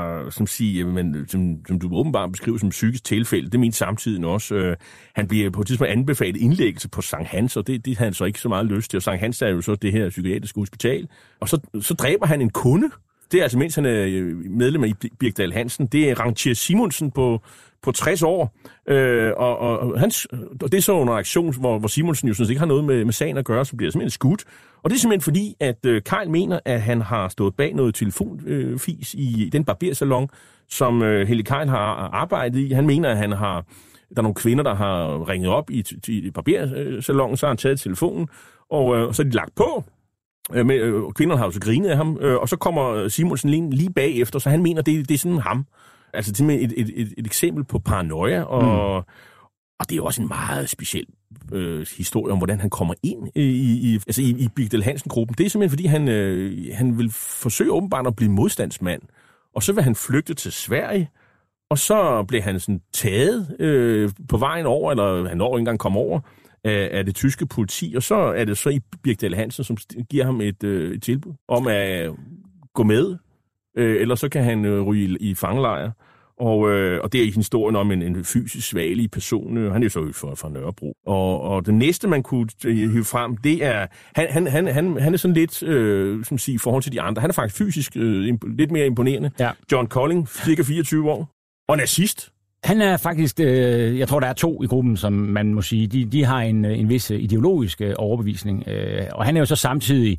du åbenbart beskriver som psykisk tilfælde. Det mente samtidig også. Han bliver på et tidspunkt anbefalet indlæggelse på Sankt Hans, og det havde han så ikke så meget lyst til. Og Sankt Hans er jo så det her psykiatriske hospital. Og så dræber han en kunde. Det er altså, mens han er medlem af Birkedal Hansen. Det er Rentier Simonsen på 60 år. Og det er så en reaktion, hvor Simonsen jo sådan ikke har noget med sagen at gøre, så bliver simpelthen skudt. Og det er simpelthen fordi, at Keil mener, at han har stået bag noget telefonfis i den barbersalon, som Helge Keil har arbejdet i. Han mener, at der er nogle kvinder, der har ringet op i barbersalongen, så har han taget telefonen, og så er de lagt på. Kvinderne har jo så grinet af ham, og så kommer Simonsen lige bagefter, så han mener, det er sådan ham. Altså det er et eksempel på paranoia, og det er jo også en meget speciel historie om, hvordan han kommer ind i Birkedal Hansen-gruppen. Det er simpelthen, fordi han vil forsøge åbenbart at blive modstandsmand, og så vil han flygte til Sverige, og så bliver han sådan taget på vejen over, eller han når ikke engang komme over, af det tyske politi, og så er det så i Birkedal Hansen, som giver ham et tilbud om at gå med, eller så kan han ryge i fangelejr. Og det er historien om en fysisk svagelig person. Han er jo så fra Nørrebro. Og det næste, man kunne hive frem, det er... Han er sådan lidt, som siger, i forhold til de andre. Han er faktisk fysisk lidt mere imponerende. Ja. John Colling, cirka 24 år. Og nazist. Han er faktisk, jeg tror, der er 2 i gruppen, som man må sige, de har en vis ideologisk overbevisning. Og han er jo så samtidig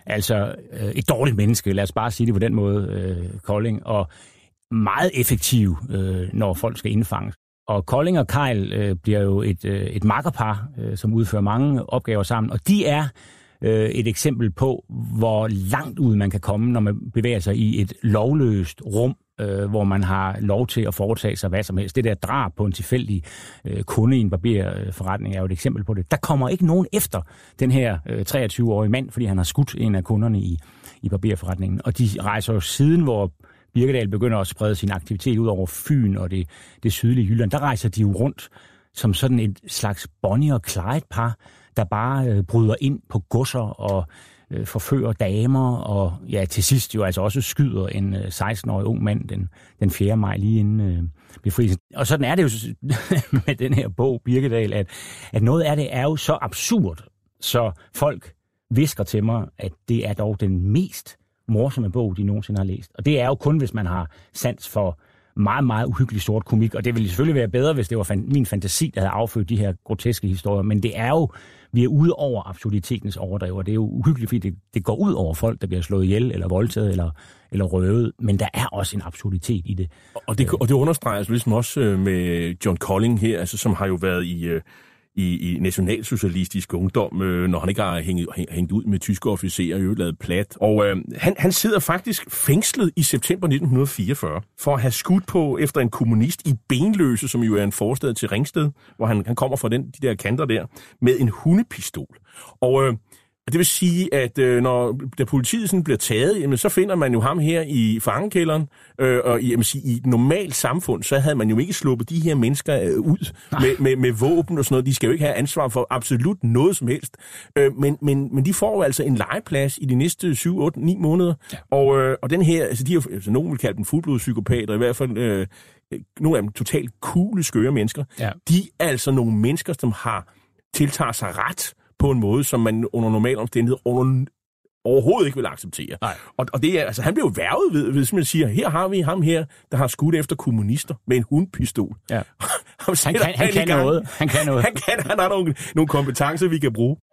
et dårligt menneske, lad os bare sige det på den måde, Colling, og meget effektiv, når folk skal indfanges. Og Colling og Keil bliver jo et makkerpar, som udfører mange opgaver sammen, og de er et eksempel på, hvor langt ud man kan komme, når man bevæger sig i et lovløst rum, hvor man har lov til at foretage sig hvad som helst. Det der drab på en tilfældig kunde i en barberforretning er jo et eksempel på det. Der kommer ikke nogen efter den her 23-årige mand, fordi han har skudt en af kunderne i barberforretningen. Og de rejser jo siden, hvor Birkedal begynder at sprede sin aktivitet ud over Fyn og det sydlige Jylland. Der rejser de jo rundt som sådan et slags Bonnie og Clyde-par, der bare bryder ind på godser og forfører damer, og ja, til sidst jo altså også skyder en 16-årig ung mand den 4. maj lige inden befrielsen. Og sådan er det jo med den her bog, Birkedal, at noget af det er jo så absurd, så folk hvisker til mig, at det er dog den mest morsomme bog, de nogensinde har læst. Og det er jo kun, hvis man har sans for meget, meget uhyggelig sort komik, og det ville selvfølgelig være bedre, hvis det var min fantasi, der havde affødt de her groteske historier, men det er jo, vi er ude over absurditetens overdrev, det er jo uhyggeligt, fordi det går ud over folk, der bliver slået ihjel, eller voldtaget, eller røvet, men der er også en absurditet i det. Og det understreges ligesom også med John Colling her, altså, som har jo været i nationalsocialistisk ungdom, når han ikke har hængt ud med tyske officerer og lavet plat. Og han sidder faktisk fængslet i september 1944 for at have skudt på efter en kommunist i Benløse, som jo er en forstad til Ringsted, hvor han kommer fra de der kanter der, med en hundepistol. Og det vil sige, at da politiet sådan bliver taget, jamen, så finder man jo ham her i fangekælderen, og i et normalt samfund, så havde man jo ikke sluppet de her mennesker ud med våben og sådan noget. De skal jo ikke have ansvar for absolut noget som helst. Men de får jo altså en legeplads i de næste 7, 8, 9 måneder. Ja. Og den her, altså nogen vil kalde dem fuldblodspsykopater, i hvert fald nogle af dem totalt coole, skøre mennesker. Ja. De er altså nogle mennesker, som tiltager sig ret på en måde, som man under normale omstændigheder overhovedet ikke vil acceptere. Og det er, altså, han blev værvet hvis man siger, her har vi ham her, der har skudt efter kommunister med en hundpistol. Ja. Han kan noget. Han har nogle kompetencer, vi kan bruge.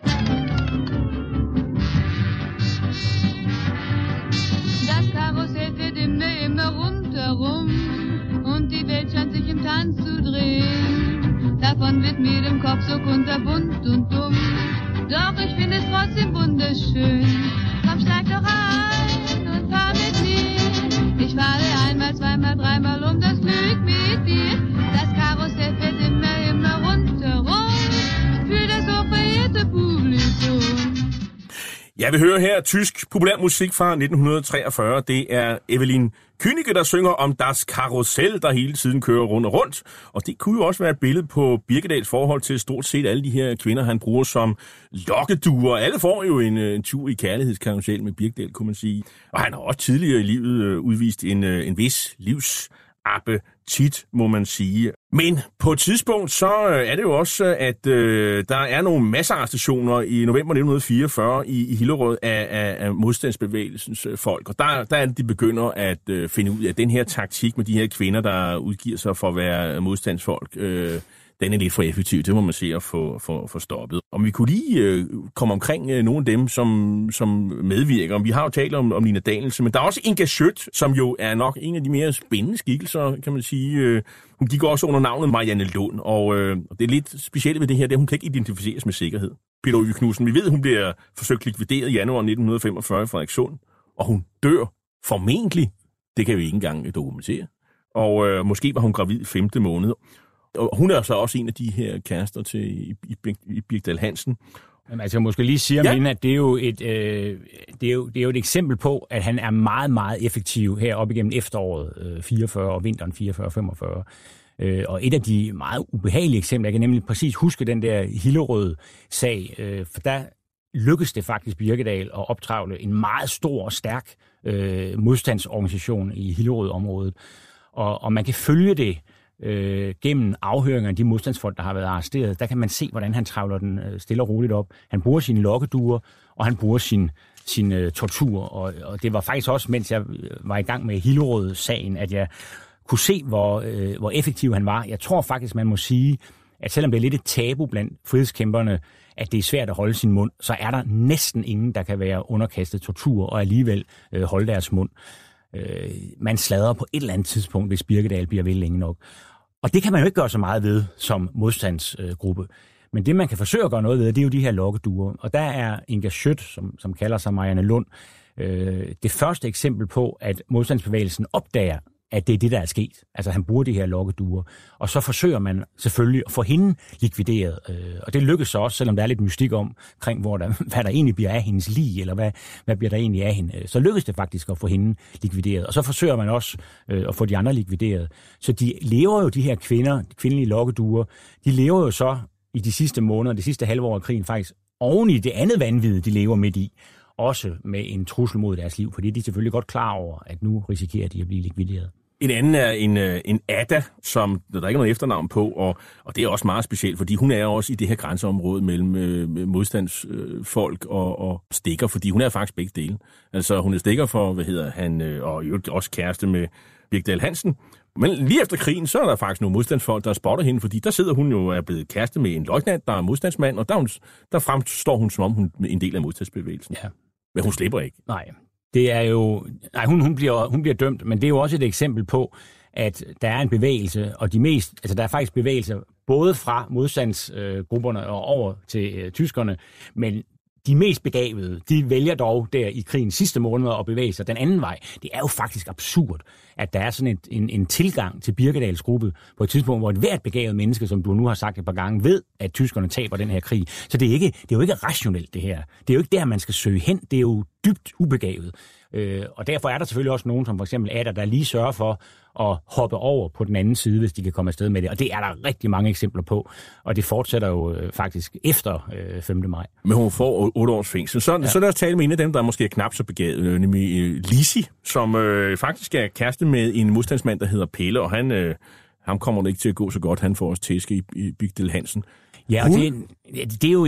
Das Karussell wird immer rundherum und die Welt scheint sich im Tanz zu drehen. Davon wird mir im Kopf so kunterbunt und dumm. Doch ich finde es trotzdem wunderschön. Komm, steig doch ein und fahr mit mir. Ich fahre einmal, zweimal, dreimal das Glück mit dir. Das Karussell fährt immer rundherum. Für das hochverehrte Publikum. Jeg vil høre her tysk populærmusik fra 1943. Det er Evelyn Künneke, der synger om Das Karussell, der hele tiden kører rundt og rundt. Og det kunne jo også være et billede på Birkedals forhold til stort set alle de her kvinder, han bruger som lokkeduer. Alle får jo en tur i kærlighedskarusel med Birkedal, kunne man sige. Og han har også tidligere i livet udvist en vis livsappetit, må man sige. Men på et tidspunkt, så er det jo også, at der er nogle massearrestationer i november 1944 i Hillerød af modstandsbevægelsens folk. Og der er det, de begynder at finde ud af den her taktik med de her kvinder, der udgiver sig for at være modstandsfolk. Den er lidt for effektiv, det må man se at få stoppet. Om vi kunne lige komme omkring nogle af dem, som medvirker. Vi har jo talt om Nina Danielsen, men der er også Inga Schødt, som jo er nok en af de mere spændende skikkelser, kan man sige. Hun gik også under navnet Marianne Lund, og det er lidt specielt ved det her, det hun kan ikke identificeres med sikkerhed. Peter Øvig Knudsen, vi ved, at hun bliver forsøgt likvideret i januar 1945 i Frederikssund, og hun dør formentlig. Det kan vi ikke engang dokumentere. Og måske var hun gravid i 5. måned. Og hun er så også en af de her kærester til Birkedal Hansen. Jamen, altså, jeg måske lige sige om hende, at det er jo et eksempel på, at han er meget, meget effektiv heroppe igennem efteråret 44 og vinteren 44-45. Og et af de meget ubehagelige eksempler, jeg kan nemlig præcis huske den der Hillerød-sag, for der lykkedes det faktisk Birkedal at optrævle en meget stor og stærk modstandsorganisation i Hillerød-området. Og man kan følge det gennem afhøringer af de modstandsfolk, der har været arresteret. Der kan man se, hvordan han travler den stille og roligt op. Han bruger sine lokkeduer, og han bruger sin tortur. Og det var faktisk også, mens jeg var i gang med Hillerød-sagen, at jeg kunne se, hvor effektiv han var. Jeg tror faktisk, man må sige, at selvom det er lidt et tabu blandt frihedskæmperne, at det er svært at holde sin mund, så er der næsten ingen, der kan være underkastet tortur og alligevel holde deres mund. Man sladrer på et eller andet tidspunkt, hvis Birkedal bliver ved længe nok. Og det kan man jo ikke gøre så meget ved som modstandsgruppe. Men det, man kan forsøge at gøre noget ved, det er jo de her lokkeduer. Og der er Inga Schødt, som kalder sig Marianne Lund, det første eksempel på, at modstandsbevægelsen opdager, at det er det, der er sket. Altså, han bruger de her lokkeduer. Og så forsøger man selvfølgelig at få hende likvideret. Og det lykkes så også, selvom der er lidt mystik omkring, hvad der egentlig bliver af hendes lig, eller hvad bliver der egentlig af hende. Så lykkes det faktisk at få hende likvideret. Og så forsøger man også at få de andre likvideret. Så de lever jo, de her kvindelige lokkeduer, de lever jo så i de sidste måneder, det sidste halve år af krigen faktisk, oven i det andet vanvid, de lever midt i. Også med en trussel mod deres liv, fordi de er selvfølgelig godt klar over, at nu risikerer de at blive likvideret. En anden er en Ada, som der ikke er noget efternavn på, og det er også meget specielt, fordi hun er også i det her grænseområde mellem modstandsfolk og stikker, fordi hun er faktisk begge dele. Altså hun er stikker for, og også kæreste med Birkedal Hansen, Men lige efter krigen, så er der faktisk nogle modstandsfolk, der spotter hende, fordi der sidder hun jo og er blevet kæreste med en løjtnant, der er modstandsmand, og der fremstår hun, som om hun er en del af modstandsbevægelsen. Ja. Men hun slipper ikke. Nej, det er jo... Nej, hun bliver dømt, men det er jo også et eksempel på, at der er en bevægelse, og der er faktisk bevægelser både fra modstandsgrupperne og over til tyskerne, men de mest begavede, de vælger dog der i krigens sidste måneder at bevæge sig den anden vej. Det er jo faktisk absurd, at der er sådan en tilgang til Birkedals gruppe på et tidspunkt, hvor et hvert begavet menneske, som du nu har sagt et par gange, ved, at tyskerne taber den her krig. Så det er jo ikke rationelt, det her. Det er jo ikke der, man skal søge hen. Det er jo dybt ubegavet. Og derfor er der selvfølgelig også nogen, som for eksempel Adder, der lige sørger for at hoppe over på den anden side, hvis de kan komme afsted med det. Og det er der rigtig mange eksempler på. Og det fortsætter jo faktisk efter 5. maj. Men hun får 8 års fængsel. Så lad os tale med en af dem, der måske er knap så begavet, nemlig Lissi, som faktisk er kæreste med en modstandsmand, der hedder Pelle, og ham kommer det ikke til at gå så godt. Han får også tæske i Birkedal Hansen. Ja, og det er jo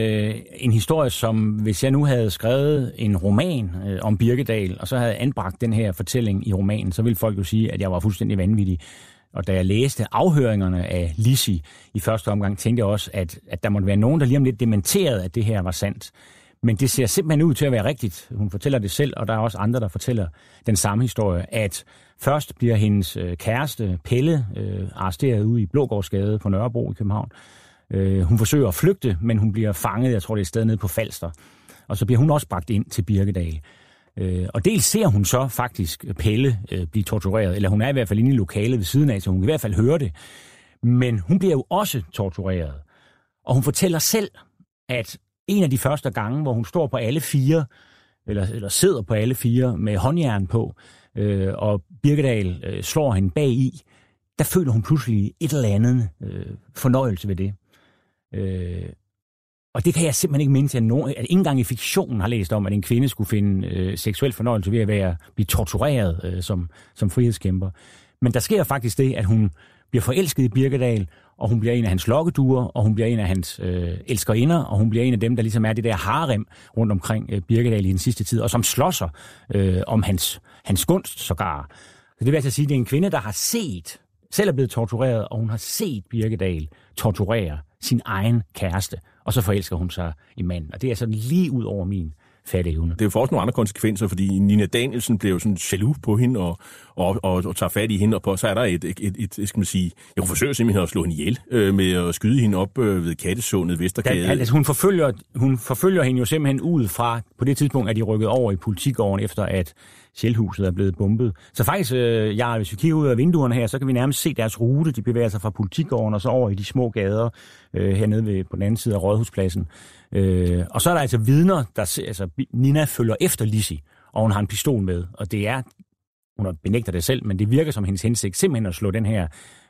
en historie, som hvis jeg nu havde skrevet en roman om Birkedal, og så havde anbragt den her fortælling i romanen, så ville folk jo sige, at jeg var fuldstændig vanvittig. Og da jeg læste afhøringerne af Lissi i første omgang, tænkte jeg også, at der måtte være nogen, der lige om lidt dementerede, at det her var sandt. Men det ser simpelthen ud til at være rigtigt. Hun fortæller det selv, og der er også andre, der fortæller den samme historie, at først bliver hendes kæreste Pelle arresteret ude i Blågårdsgade på Nørrebro i København. Hun forsøger at flygte, men hun bliver fanget, jeg tror det er et sted nede på Falster. Og så bliver hun også bragt ind til Birkedal. Og dels ser hun så faktisk Pelle blive tortureret, eller hun er i hvert fald inde i lokalet ved siden af, så hun kan i hvert fald høre det. Men hun bliver jo også tortureret. Og hun fortæller selv, at en af de første gange, hvor hun står på alle fire, eller sidder på alle fire med håndjern på, og Birkedal slår hende bag i, der føler hun pludselig et eller andet fornøjelse ved det. Og det kan jeg simpelthen ikke minde til, at ikke engang i fiktionen har læst om, at en kvinde skulle finde seksuel fornøjelse ved at blive tortureret som frihedskæmper. Men der sker faktisk det, at hun bliver forelsket i Birkedal, og hun bliver en af hans lokkeduer, og hun bliver en af hans elskerinder, og hun bliver en af dem, der ligesom er det der harem rundt omkring Birkedal i den sidste tid, og som slåsser om hans gunst sågar. Så det vil altså sige, at det er en kvinde, der har selv er blevet tortureret, og hun har set Birkedal torturere sin egen kæreste, og så forelsker hun sig i manden. Og det er sådan lige ud over min fatteevne. Det er jo for også nogle andre konsekvenser, fordi Nina Danielsen bliver jo sådan jaloux på hende og tager fat i hende, og så er der et skal man sige, hun forsøger simpelthen at slå hende ihjel med at skyde hende op ved Kattesundet Vestergade. Altså, hun forfølger hende jo simpelthen ud fra, på det tidspunkt er de rykket over i Politigården, efter at Sjælhuset er blevet bombet. Så faktisk, hvis vi kigger ud af vinduerne her, så kan vi nærmest se deres rute. De bevæger sig fra Politigården og så over i de små gader hernede på den anden side af Rådhuspladsen. Og så er der altså vidner, Nina følger efter Lissi, og hun har en pistol med. Og det er, hun benægter det selv, men det virker som hendes hensigt simpelthen at slå den her,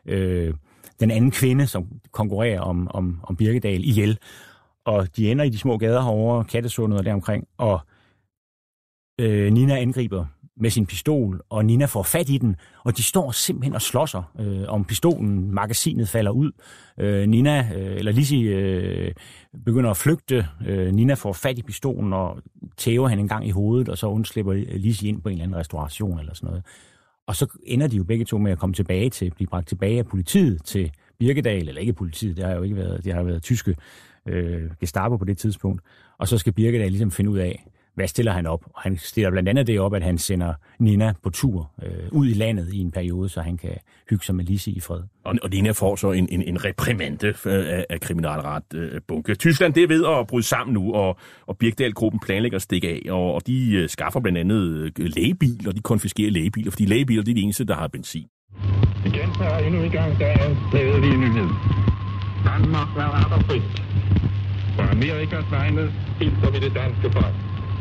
den anden kvinde, som konkurrerer om Birkedal ihjel. Og de ender i de små gader herovre, Kattesundet og deromkring, og Nina angriber med sin pistol, og Nina får fat i den, og de står simpelthen og slåsser om pistolen. Magasinet falder ud. Lissi begynder at flygte. Nina får fat i pistolen og tæver hende en gang i hovedet, og så undslipper Lissi ind på en eller anden restauration eller sådan noget. Og så ender de jo begge to med at blive bragt tilbage af politiet til Birkedal, eller ikke politiet, det har jo ikke været, det har været tyske Gestapo på det tidspunkt. Og så skal Birkedal ligesom finde ud af, hvad stiller han op? Og han stiller blandt andet det op, at han sender Nina på tur ud i landet i en periode, så han kan hygge sig med Lissi i fred. Og Nina får så en reprimande af kriminalret bunke. Tyskland, det er ved at bryde sammen nu, og Birkedal-gruppen planlægger at stikke af, og de skaffer blandt andet lægebiler, de konfiskerer lægebiler, fordi lægebiler det er de eneste, der har benzin. Vi gentager endnu en gang dagens glædelige nyhed. Danmark er ret og frit. For Amerikas vegne hilser vi det danske folk.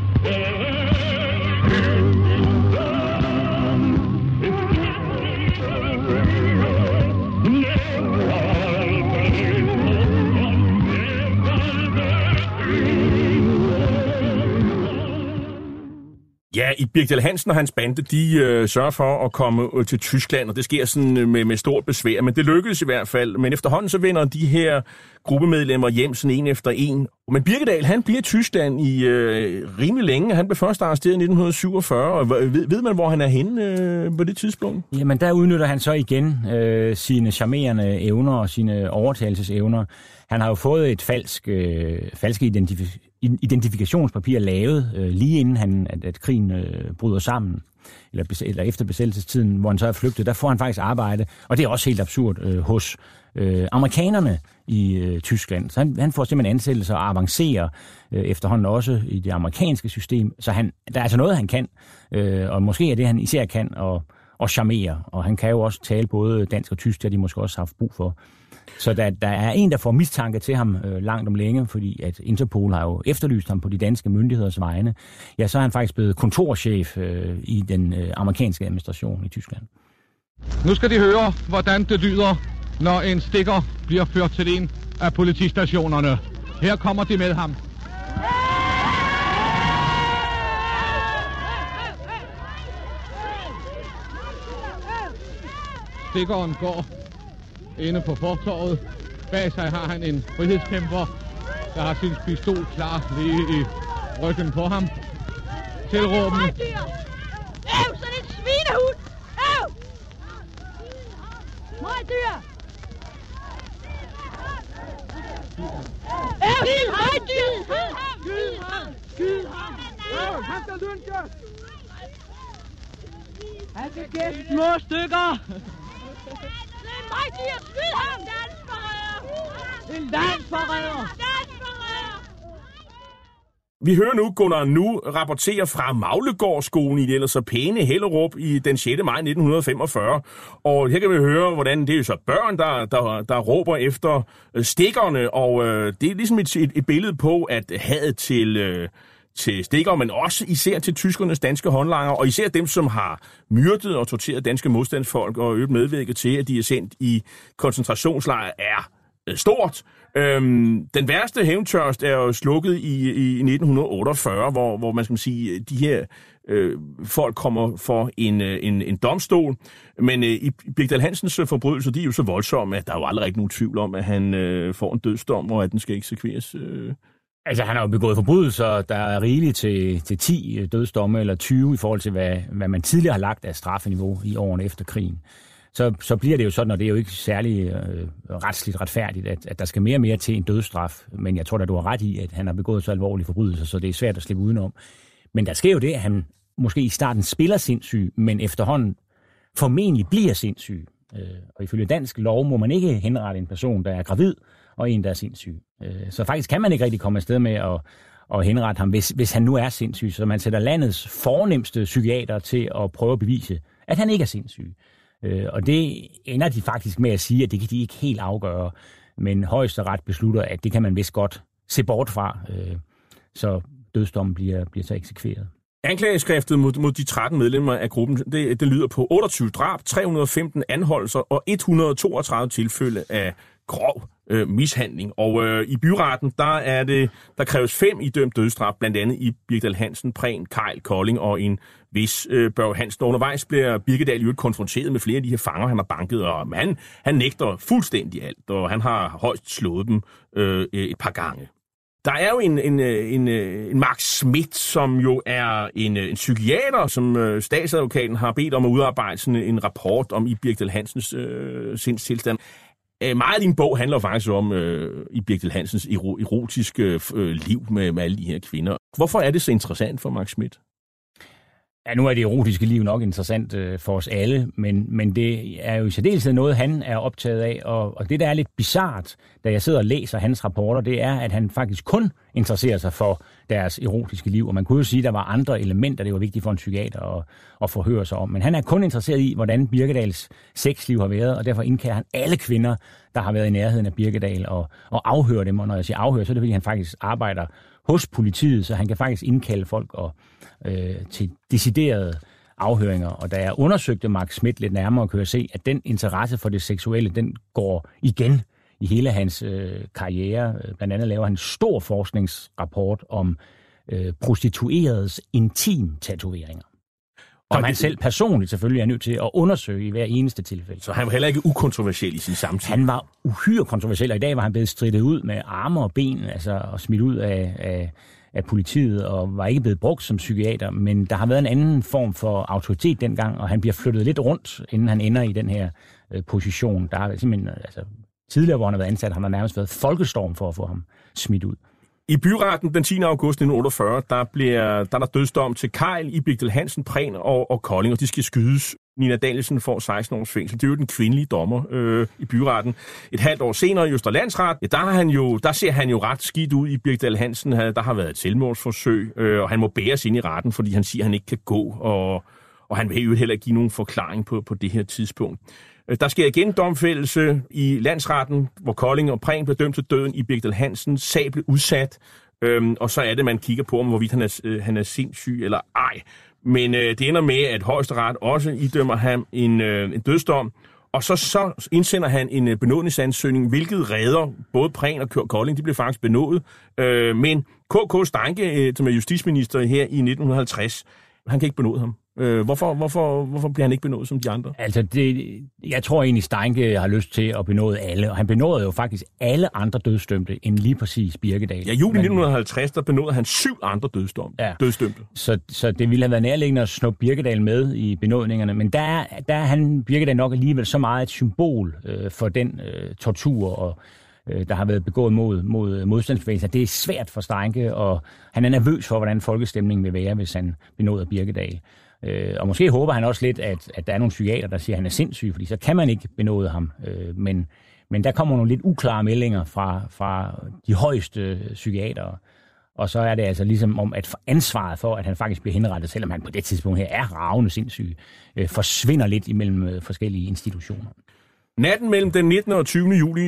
Ja, i Birkedal Hansen og hans bande, de sørger for at komme til Tyskland, og det sker sådan med stort besvær, men det lykkedes i hvert fald. Men efterhånden så vender de her gruppemedlemmer hjem sådan en efter en, Men Birkedal, han bliver i Tyskland i rimelig længe. Han blev først arresteret i 1947. Og ved man, hvor han er henne på det tidspunkt? Jamen, der udnytter han så igen sine charmerende evner og sine overtagelsesevner. Han har jo fået et falske identifikationspapir lavet lige inden at krigen bryder sammen, eller efter besættelsestiden, hvor han så er flygtet. Der får han faktisk arbejde, og det er også helt absurd, hos amerikanerne i Tyskland. Så han får simpelthen ansættelse og avancerer efterhånden også i det amerikanske system. Så der er altså noget, han kan, og måske er det, han især kan, og charmere. Og han kan jo også tale både dansk og tysk, det har de måske også haft brug for. Så der er en, der får mistanke til ham langt om længe, fordi at Interpol har jo efterlyst ham på de danske myndigheders vegne. Ja, så er han faktisk blevet kontorchef i den amerikanske administration i Tyskland. Nu skal de høre, hvordan det lyder, når en stikker bliver ført til en af politistationerne. Her kommer de med ham. Stikkeren går inde på fortovet. Bag sig har han en frihedskæmper, der har sin pistol klar lige i ryggen på ham. Tilråbende. Øv, sådan en svinehund! Øv! Møgdyr! Øv, det er møgdyr! Skyd ham! Skyd ham! Øv, han skal lynkes! Han skal gætte små stykker! Møgdyr, skyd ham! En landsforræder! Vi hører nu Gunnar Nu rapportere fra Maglegårdsskolen i det ellers så pæne Hellerup i den 6. maj 1945. Og her kan vi høre, hvordan det er så børn, der råber efter stikkerne. Og det er ligesom et billede på, at hadet til stikker, men også især til tyskernes danske håndlanger, og især dem, som har myrdet og torteret danske modstandsfolk og øvrigt medvirket til, at de er sendt i koncentrationslejre, er stort. Den værste hævntørst er jo slukket i 1948, hvor man skal sige, de her folk kommer for en domstol. Men i Birkedal Hansens forbrydelser, de er jo så voldsomme, at der er jo aldrig nogen tvivl om, at han får en dødsdom, og at den skal eksekveres. Altså, han har jo begået forbrydelser, der er rigeligt til 10 dødsdomme, eller 20 i forhold til, hvad man tidligere har lagt af straffeniveau i årene efter krigen. Så bliver det jo sådan, og det er jo ikke særlig retsligt retfærdigt, at der skal mere og mere til en dødsstraf. Men jeg tror da, du har ret i, at han har begået så alvorlige forbrydelser, så det er svært at slippe udenom. Men der sker jo det, at han måske i starten spiller sindssyg, men efterhånden formentlig bliver sindssyg. Og ifølge dansk lov må man ikke henrette en person, der er gravid, og en, der er sindssyg. Så faktisk kan man ikke rigtig komme afsted med at henrette ham, hvis han nu er sindssyg. Så man sætter landets fornemste psykiater til at prøve at bevise, at han ikke er sindssyg. Og det ender de faktisk med at sige, at det kan de ikke helt afgøre. Men Højesteret beslutter, at det kan man vist godt se bort fra. Så dødsdommen bliver så eksekveret. Anklageskriftet mod de 13 medlemmer af gruppen, det lyder på 28 drab, 315 anholdelser og 132 tilfælde af grov mishandling. Og i byretten, der kræves 5 idømt dødsstraf, blandt andet i Birkedal Hansen, Prehn, Keil, Kolding og en vis Børge Hansen. Undervejs bliver Birkedal jo konfronteret med flere af de her fanger, han har banket, og han nægter fuldstændig alt, og han har højst slået dem et par gange. Der er jo en Mark Schmidt, som jo er en psykiater, som statsadvokaten har bedt om at udarbejde sådan en rapport om i Birkedal Hansens sindstilstand. Meget af din bog handler faktisk om i Birkedal Hansens erotiske liv med alle de her kvinder. Hvorfor er det så interessant for Mark Schmidt? Ja, nu er det erotiske liv nok interessant for os alle, men det er jo i særdeleshed noget, han er optaget af. Og det, der er lidt bizart, da jeg sidder og læser hans rapporter, det er, at han faktisk kun interesserer sig for deres erotiske liv. Og man kunne jo sige, at der var andre elementer, det var vigtigt for en psykiater at forhøre sig om. Men han er kun interesseret i, hvordan Birkedals sexliv har været, og derfor indkalder han alle kvinder, der har været i nærheden af Birkedal, og afhører dem. Og når jeg siger afhører, så er det, fordi han faktisk arbejder hos politiet, så han kan faktisk indkalde folk til deciderede afhøringer. Og da jeg undersøgte Mark Schmidt lidt nærmere, kunne jeg se, at den interesse for det seksuelle, den går igen i hele hans karriere. Blandt andet laver han en stor forskningsrapport om prostitueredes intim-tatoveringer. Som han selv personligt selvfølgelig er nødt til at undersøge i hver eneste tilfælde. Så han var heller ikke ukontroversiel i sin samtid? Han var uhyre kontroversiel, og i dag var han blevet strittet ud med arme og ben, altså og smidt ud af politiet, og var ikke blevet brugt som psykiater, men der har været en anden form for autoritet dengang, og han bliver flyttet lidt rundt, inden han ender i den her position. Der har simpelthen, altså tidligere, hvor han har været ansat, har der nærmest været folkestorm for at få ham smidt ud. I byretten den 10. august 1948, der er der dødsdom til Kejl, Ibigdal Hansen, Prehn og Kolding, og de skal skydes. Nina Danielsen får 16 års fængsel. Det er jo den kvindelige dommer i byretten. Et halvt år senere i Østre Landsret, der ser han jo ret skidt ud. Ibigdal Hansen, der har været et selvmordsforsøg, og han må bæres ind i retten, fordi han siger, at han ikke kan gå, og han vil jo heller ikke give nogen forklaring på det her tidspunkt. Der sker igen domfældelse i landsretten, hvor Kolding og Prehn blev dømt til døden. Ibigdal Hansens sag blev udsat, og så er det, man kigger på, om hvorvidt han er sindssyg eller ej. Men det ender med, at Højesteret også idømmer ham en dødsdom, og så indsender han en benådningsansøgning, hvilket redder både Prehn og Kolding. De blev faktisk benådet, men K.K. Steincke, som er justitsminister her i 1950, han kan ikke benåde ham. Hvorfor bliver han ikke benådet som de andre? Altså, jeg tror egentlig, Steincke har lyst til at benåde alle, og han benådede jo faktisk alle andre dødsdømte end lige præcis Birkedal. Ja, juli 1950, der benådede han 7 andre dødsdømte. Så det ville have været nærliggende at snuppe Birkedal med i benådningerne, men der er han, Birkedal, nok alligevel så meget et symbol for den tortur, og der har været begået mod modstandsbevægelsen. Det er svært for Steincke, og han er nervøs for, hvordan folkestemningen vil være, hvis han benåder Birkedal. Og måske håber han også lidt, at der er nogle psykiater, der siger, at han er sindssyg, fordi så kan man ikke benåde ham. Men der kommer nogle lidt uklare meldinger fra de højeste psykiatere. Og så er det altså ligesom om, at ansvaret for, at han faktisk bliver henrettet, selvom han på det tidspunkt her er ravende sindssyg, forsvinder lidt imellem forskellige institutioner. Natten mellem den 19. og 20. juli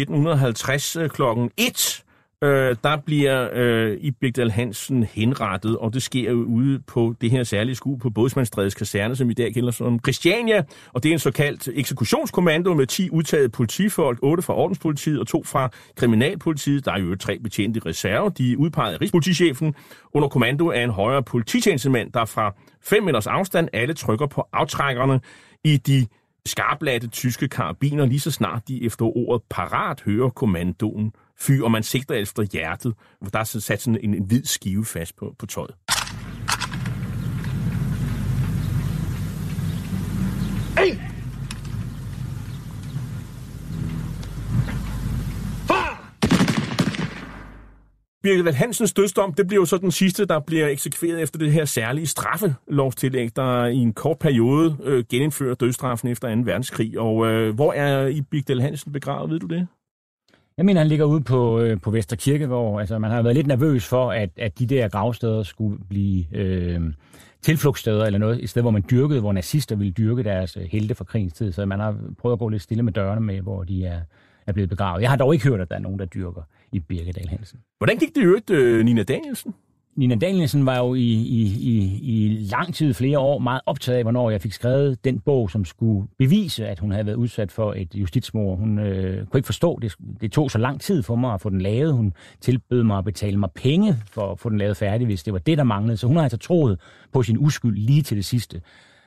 1950 klokken 1, der bliver Ibigdal Hansen henrettet, og det sker jo ude på det her særlige skue på Bådsmandsstrædes kaserne, som i dag kalder som Christiania, og det er en såkaldt eksekutionsskommando med 10 udtagede politifolk, 8 fra ordenspolitiet og 2 fra kriminalpolitiet. Der er jo 3 betjente i reserve. De er udpeget af rigspolitichefen under kommando af en højere polititjenestemand, der fra 5 meters afstand alle trykker på aftrækkerne i de skarpladte tyske karabiner, lige så snart de efter ordet parat hører kommandoen fyr, og man sigter efter hjertet, hvor der er sat sådan en hvid skive fast på tøjet. Hey! Birkedal Hansens dødsdom, det bliver jo så den sidste, der bliver eksekveret efter det her særlige straffelovstillæg, der i en kort periode genindfører dødsstraffen efter 2. verdenskrig. Og hvor er Ibigdal Hansen begravet, ved du det? Jeg mener, han ligger ude på Vestre Kirkegård. Altså, man har været lidt nervøs for, at de der gravsteder skulle blive tilflugtssteder eller noget, i stedet hvor man dyrkede, hvor nazister ville dyrke deres helte fra krigens tid. Så man har prøvet at gå lidt stille med dørene med, hvor de er blevet begravet. Jeg har dog ikke hørt, at der er nogen, der dyrker i Birkedal Hansen. Hvordan gik det i øvrigt, Nina Danielsen? Nina Danielsen var jo i lang tid, flere år, meget optaget af, hvornår jeg fik skrevet den bog, som skulle bevise, at hun havde været udsat for et justitsmord. Hun kunne ikke forstå, det tog så lang tid for mig at få den lavet. Hun tilbød mig at betale mig penge for at få den lavet færdig, hvis det var det, der manglede. Så hun har altså troet på sin uskyld lige til det sidste.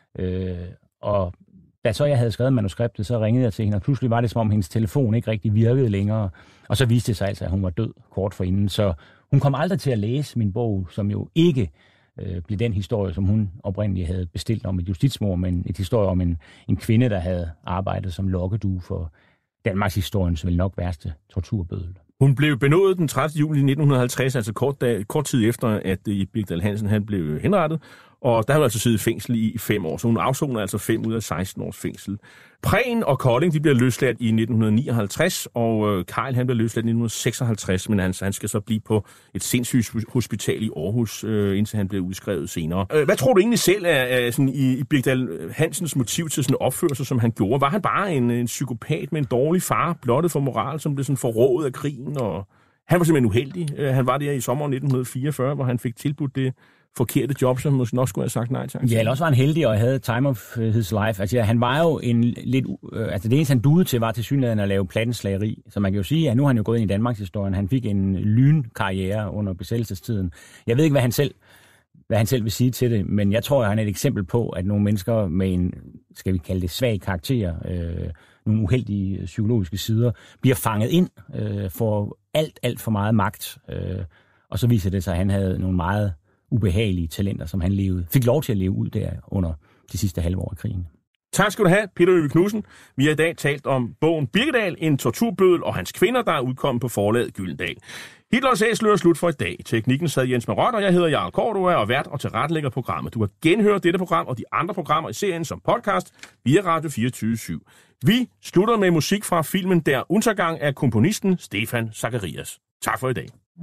Og da så jeg havde skrevet manuskriptet, så ringede jeg til hende, og pludselig var det, som om hendes telefon ikke rigtig virkede længere. Og så viste det sig altså, at hun var død kort forinden. Så hun kom aldrig til at læse min bog, som jo ikke blev den historie, som hun oprindeligt havde bestilt om et justitsmord, men et historie om en kvinde, der havde arbejdet som lokkedue for Danmarks historiens vel nok værste torturbødel. Hun blev benådet den 30. juli 1950, altså kort tid efter, at Ibigdal Hansen han blev henrettet. Og der har hun altså siddet i fængsel i 5 år, så hun afsoner altså 5 ud af 16 års fængsel. Prehn og Kolding, de bliver løsladt i 1959, og Kejl, han bliver løsladt i 1956, men han skal så blive på et sindssygehospital i Aarhus, indtil han bliver udskrevet senere. Hvad tror du egentlig selv er sådan i Ibigdal Hansens motiv til sådan en opførsel, som han gjorde? Var han bare en psykopat med en dårlig far, blottet for moral, som blev sådan forrådet af krigen? Og han var simpelthen uheldig. Han var der i sommeren 1944, hvor han fik tilbudt det forkerte job, som måske nok skulle have sagt nej tak. Ja, eller også var han heldig og havde time of his life. Altså, han var jo det eneste, han duede til, var til synligheden at lave plattenslageri. Så man kan jo sige, at nu har han jo gået ind i Danmarks historien. Han fik en lynkarriere under besættelsestiden. Jeg ved ikke, hvad han selv hvad han selv vil sige til det. Men jeg tror, at han er et eksempel på, at nogle mennesker med en, skal vi kalde det, svag karakter, nogle uheldige psykologiske sider, bliver fanget ind, for alt for meget magt. Og så viser det sig, at han havde nogle meget ubehagelige talenter, som han fik lov til at leve ud der under de sidste halve år af krigen. Tak skal du have, Peter Øvig Knudsen. Vi har i dag talt om bogen Birkedal, en torturbødel og hans kvinder, der er udkommet på forlaget Gyldendal. Hitlers Æsler er slut for i dag. Teknikken sad Jens Marot, og jeg hedder Jarl Cordua og vært og tilrettelægger programmet. Du kan genhøre dette program og de andre programmer i serien som podcast via Radio 24/7. Vi slutter med musik fra filmen Der Untergang af komponisten Stefan Zacharias. Tak for i dag.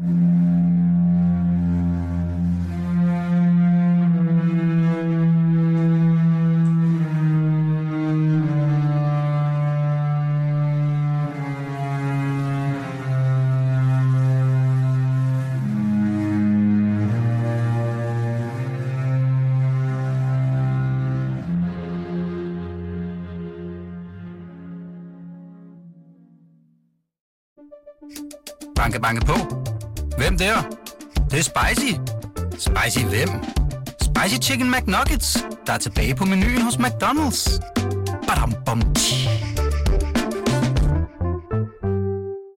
Banke, banke på. Hvem der? Det er spicy. Spicy hvem? Spicy Chicken McNuggets, der er tilbage på menuen hos McDonald's. Badum, bom,